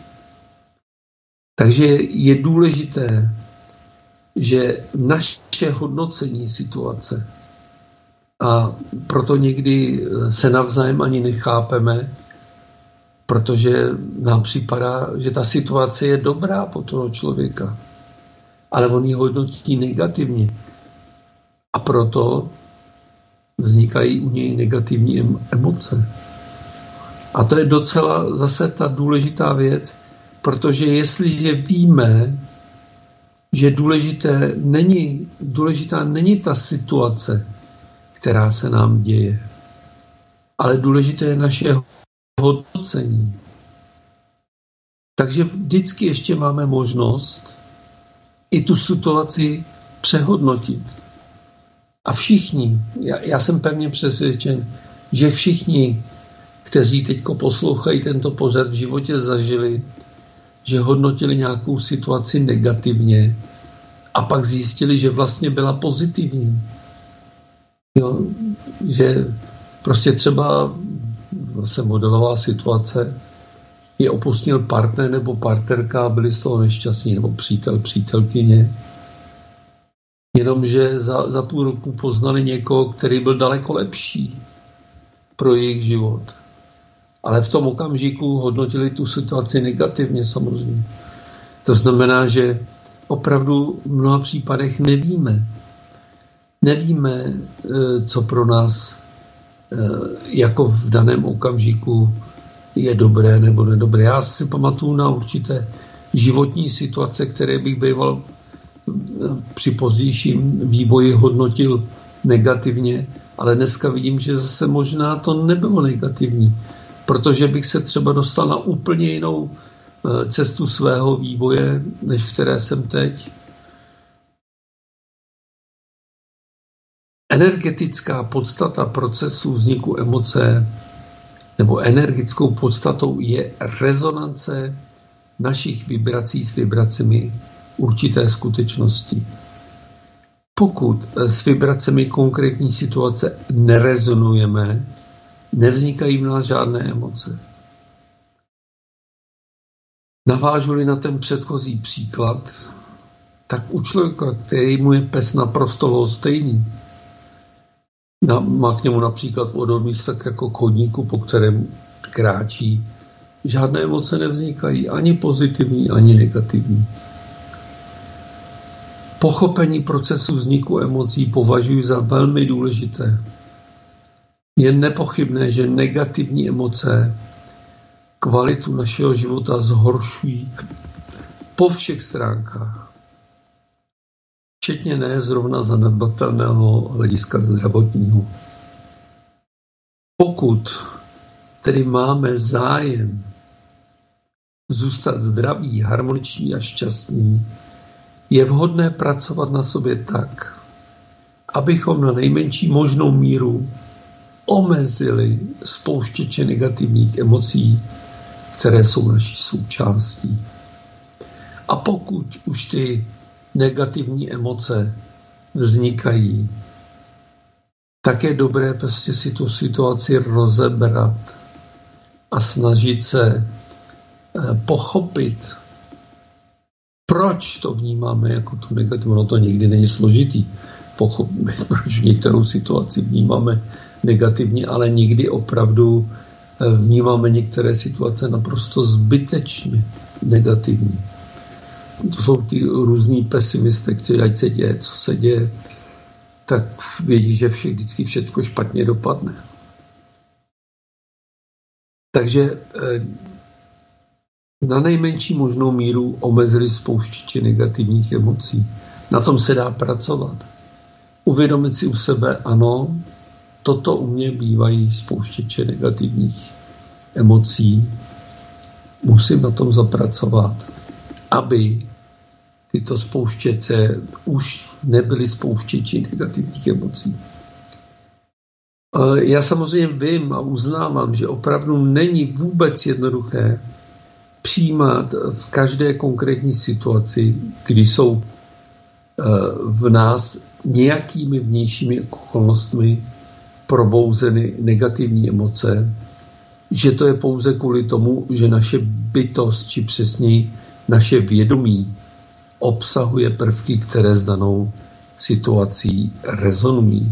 Takže je důležité, že naše hodnocení situace, a proto někdy se navzájem ani nechápeme, protože nám připadá, že ta situace je dobrá pro toho člověka, ale on ji hodnotí negativně. A proto vznikají u něj negativní emoce. A to je docela zase ta důležitá věc, protože jestliže víme, že důležité není, důležitá není ta situace, která se nám děje, ale důležité je naše hodnocení. Takže vždycky ještě máme možnost i tu situaci přehodnotit. A všichni, já, já jsem pevně přesvědčen, že všichni, kteří teďko poslouchají tento pořad, v životě zažili, že hodnotili nějakou situaci negativně a pak zjistili, že vlastně byla pozitivní. Jo, že prostě třeba se modelová situace, je opustil partner nebo partnerka a byli z toho nešťastní, nebo přítel, přítelkyně. Jenomže za, za půl roku poznali někoho, který byl daleko lepší pro jejich život. Ale v tom okamžiku hodnotili tu situaci negativně samozřejmě. To znamená, že opravdu v mnoha případech nevíme. Nevíme, co pro nás jako v daném okamžiku je dobré nebo nedobré. Já si pamatuju na určité životní situace, které bych býval při pozdějším vývoji hodnotil negativně, ale dneska vidím, že zase možná to nebylo negativní, protože bych se třeba dostal na úplně jinou cestu svého vývoje, než v které jsem teď. Energetická podstata procesu vzniku emoce nebo energickou podstatou je rezonance našich vibrací s vibracemi určité skutečnosti. Pokud s vibracemi konkrétní situace nerezonujeme, nevznikají v nás žádné emoce. Navážu-li na ten předchozí příklad, tak u člověka, který mu je pes naprosto lhostejný, má k němu například podobný tak jako k chodníku, po kterém kráčí, žádné emoce nevznikají, ani pozitivní, ani negativní. Pochopení procesu vzniku emocí považuji za velmi důležité. Je nepochybné, že negativní emoce kvalitu našeho života zhoršují po všech stránkách. Včetně ne zrovna zanedbatelného hlediska zdravotního. Pokud tedy máme zájem zůstat zdraví, harmoniční a šťastný, je vhodné pracovat na sobě tak, abychom na nejmenší možnou míru omezili spouštěče negativních emocí, které jsou naší součástí. A pokud už ty negativní emoce vznikají, tak je dobré prostě si tu situaci rozebrat a snažit se pochopit, proč to vnímáme jako tu negativu. No to nikdy není složitý pochopit, proč některou situaci vnímáme negativně, ale nikdy opravdu vnímáme některé situace naprosto zbytečně negativní. To jsou ty různý pesimisté, kteří ať se děje, co se děje, tak vědí, že vše, vždycky všechno špatně dopadne. Takže na nejmenší možnou míru omezili spouštěče negativních emocí. Na tom se dá pracovat. Uvědomit si u sebe, ano, toto u mě bývají spouštěče negativních emocí. Musím na tom zapracovat, aby tyto spouštěče už nebyly spouštěči negativních emocí. Já samozřejmě vím a uznávám, že opravdu není vůbec jednoduché přijímat v každé konkrétní situaci, kdy jsou v nás nějakými vnějšími okolnostmi probouzeny negativní emoce, že to je pouze kvůli tomu, že naše bytost, či přesněji naše vědomí obsahuje prvky, které s danou situací rezonují.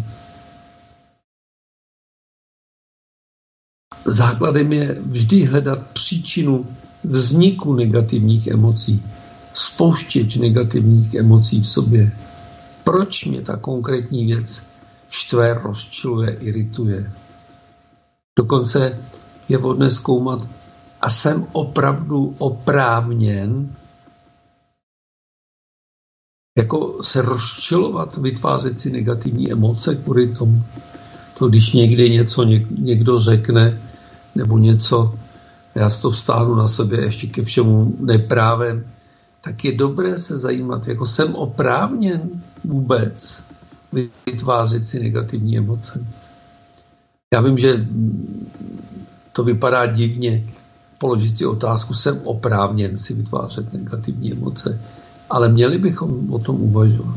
Základem je vždy hledat příčinu vzniku negativních emocí, spouštěč negativních emocí v sobě. Proč mě ta konkrétní věc štve, rozčiluje, irituje? Dokonce je vhodné zkoumat, a jsem opravdu oprávněn jako se rozčilovat, vytvářet si negativní emoce kvůli tomu. To když někdy něco někdo řekne, nebo něco, já z toho vstáhnu na sebe ještě ke všemu neprávem, tak je dobré se zajímat, jako jsem oprávněn vůbec vytvářet si negativní emoce. Já vím, že to vypadá divně, položit si otázku, jsem oprávněn si vytvářet negativní emoce, ale měli bychom o tom uvažovat.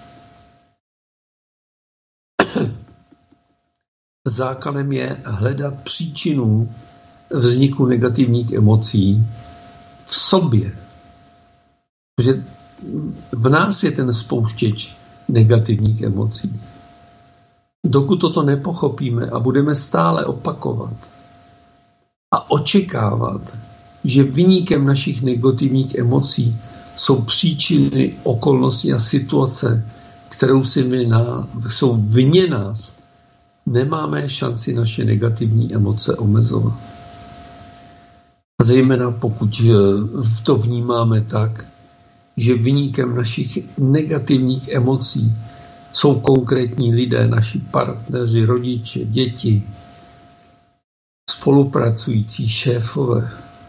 Základem je hledat příčinu vzniku negativních emocí v sobě. Protože v nás je ten spouštěč negativních emocí. Dokud toto nepochopíme a budeme stále opakovat a očekávat, že viníkem našich negativních emocí jsou příčiny, okolnosti a situace, kterou si my na, jsou vně nás, nemáme šanci naše negativní emoce omezovat. Zejména pokud to vnímáme tak, že viníkem našich negativních emocí jsou konkrétní lidé, naši partneři, rodiče, děti, spolupracující, šéfové.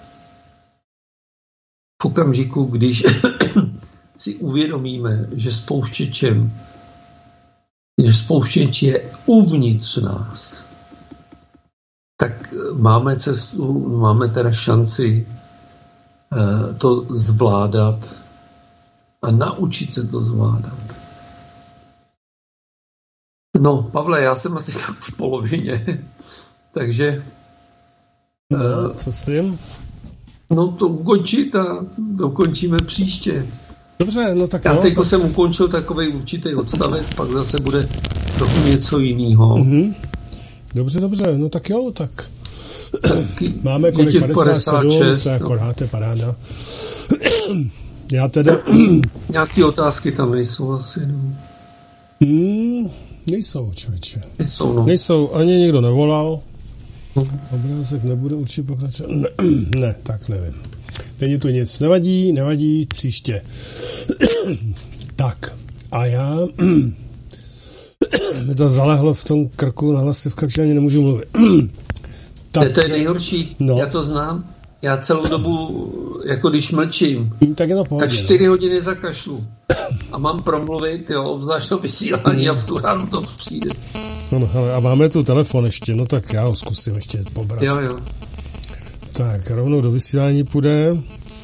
V okamžiku, když si uvědomíme, že spouštěčem, že spouštěč je uvnitř nás, tak máme cestu, máme teda šanci to zvládat a naučit se to zvládat. No, Pavle, já jsem asi tak v polovině, takže... No, co s tím? No, to ukončit a dokončíme příště. Dobře, no tak já jo. teď tak... jsem ukončil takovej určitý odstavec, pak zase bude trochu něco jiného. Mm-hmm. Dobře, dobře, no tak jo, tak... Máme kolik? padesát sedm, to je akorát, je paráda. Já teda... Nějaký otázky tam nejsou asi, no. Hmm, nejsou, člověče. Nejsou, no. Nejsou, ani nikdo nevolal. Obrázek nebude určitě pokračovat. Ne, ne, tak nevím. Není tu nic. Nevadí, nevadí, příště. Tak, a já... mi to zalehlo v tom krku na hlasivkách, že ani nemůžu mluvit. Tak, to je nejhorší, no. Já to znám. Já celou dobu, jako když mlčím, tak, je to pohodě, tak čtyři no. hodiny zakašlu. A mám promluvit, jo, obzvlášť to vysílání a v tu ránu to přijde. No, hele, a máme tu telefon ještě, no tak já ho zkusím ještě pobrat. Jo, jo. Tak, rovnou do vysílání půjde.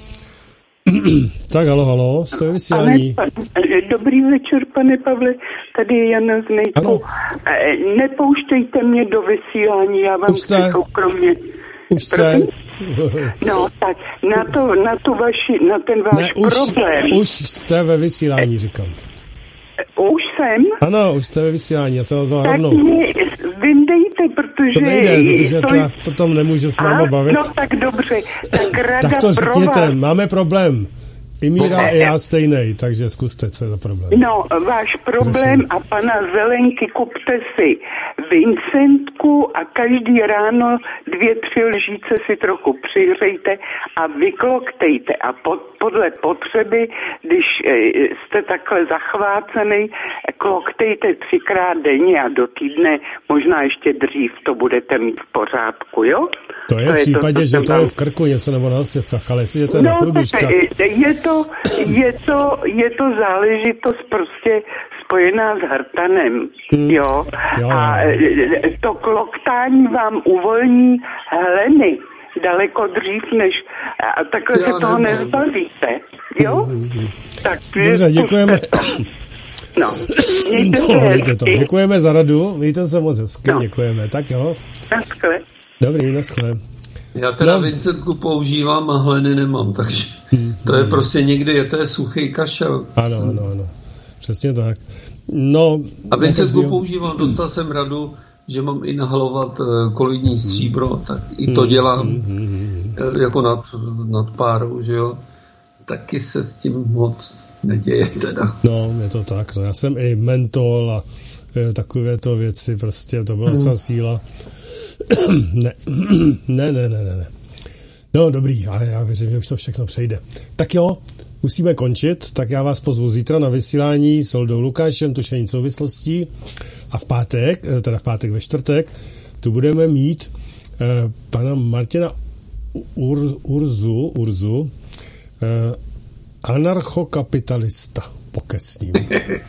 Tak, halo, halo, jste ve vysílání. Pane, dobrý večer, pane Pavle, tady je Jana z Nejku. Nepouštějte mě do vysílání, já vám chci soukromě. Už jste? No, tak na, to, na tu vaši, na ten váš ne, už, problém. Už jste ve vysílání, říkám. Už jsem? Ano, už jste ve vysílání, já se ho vzal tak rovnou. Tak mě vyndejte, protože... To nejde, protože to... já potom nemůžu s váma bavit. No tak dobře, tak rada tak to řekněte, vás. Máme problém. I Míra, i já stejnej, takže zkuste, co je za problém. No, váš problém a pana Zelenky, kupte si Vincentku a každý ráno dvě, tři lžíce si trochu přihřejte a vykloktejte. A pod, podle potřeby, když e, jste takhle zachvácený, kloktejte třikrát denně a do týdne, možná ještě dřív to budete mít v pořádku, jo? To je to v případě, je to, že to je v krku něco nebo na nosivkách, ale jestli je to no, na průběžkách... Je to, je, to, je to záležitost prostě spojená s hrtanem, hmm. jo? jo? A to kloktání vám uvolní hleny daleko dřív, než... A takhle já se toho nezbavíte, jo? Hmm. Tak, dobře, děkujeme. No, mějte no, se to. Děkujeme za radu, mějte se moc hezky, no. Děkujeme, tak jo. Naschle. Dobrý, naschle. Já teda no. Vincentku používám a hleny nemám, takže hmm. to je prostě někdy, to je suchý kašel. Ano, ano, ano. Přesně tak. No, a Vincentku používám, dostal jsem radu, že mám inhalovat kolidní stříbro, tak i to dělám hmm. jako nad, nad párou, že jo. Taky se s tím moc neděje teda. No, je to tak. No, já jsem i mentol a takovéto věci, prostě to byla docela hmm. síla. ne. ne, ne, ne, ne. No, dobrý, ale já věřím, že už to všechno přejde. Tak jo, musíme končit, tak já vás pozvu zítra na vysílání s Oldou Lukášem, tušení souvislostí a v pátek, teda v pátek ve čtvrtek, tu budeme mít eh, pana Martina Ur, Urzu, Urzu eh, anarchokapitalista, pokec s ním.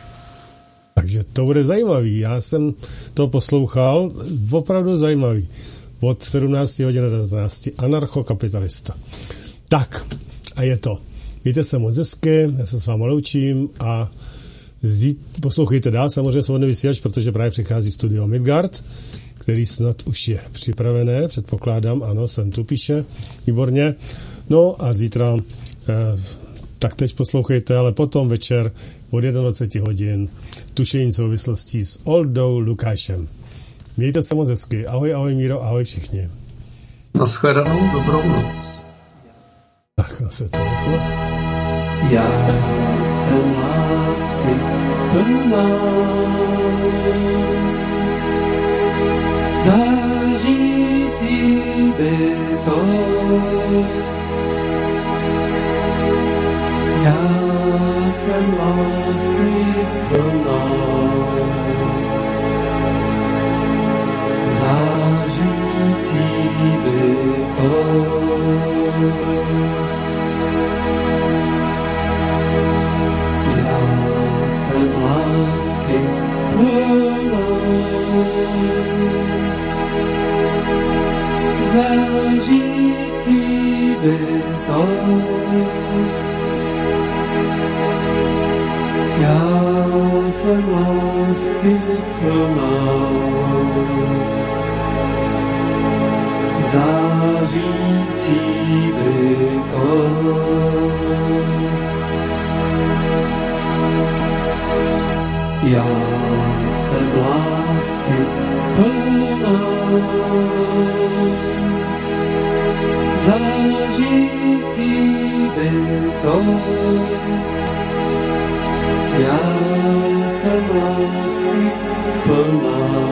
Takže to bude zajímavý. Já jsem to poslouchal, opravdu zajímavý. Od sedmnáct hodin do devatenáct. Anarchokapitalista. Tak, a je to. Mějte se moc hezky, já se s váma loučím a zít, poslouchejte dál, samozřejmě svobodný vysílač, protože právě přichází studio Midgard, který snad už je připravené, předpokládám, ano, jsem tu, píše, výborně. No a zítra eh, tak teď poslouchejte, ale potom večer od dvacet jedna hodin tušení souvislostí s Oldou Lukášem. Mějte se moc hezky. Ahoj, ahoj Míro, ahoj všichni. Naschledanou, dobrou noc. Tak, no se to řeklo. Já jsem lásky plná, zářící bytok. Já jsem lásky plná. Já jsem lásky plná, zářící bytost. Já jsem lásky plná, zářící bytost. Já jsem lásky plná,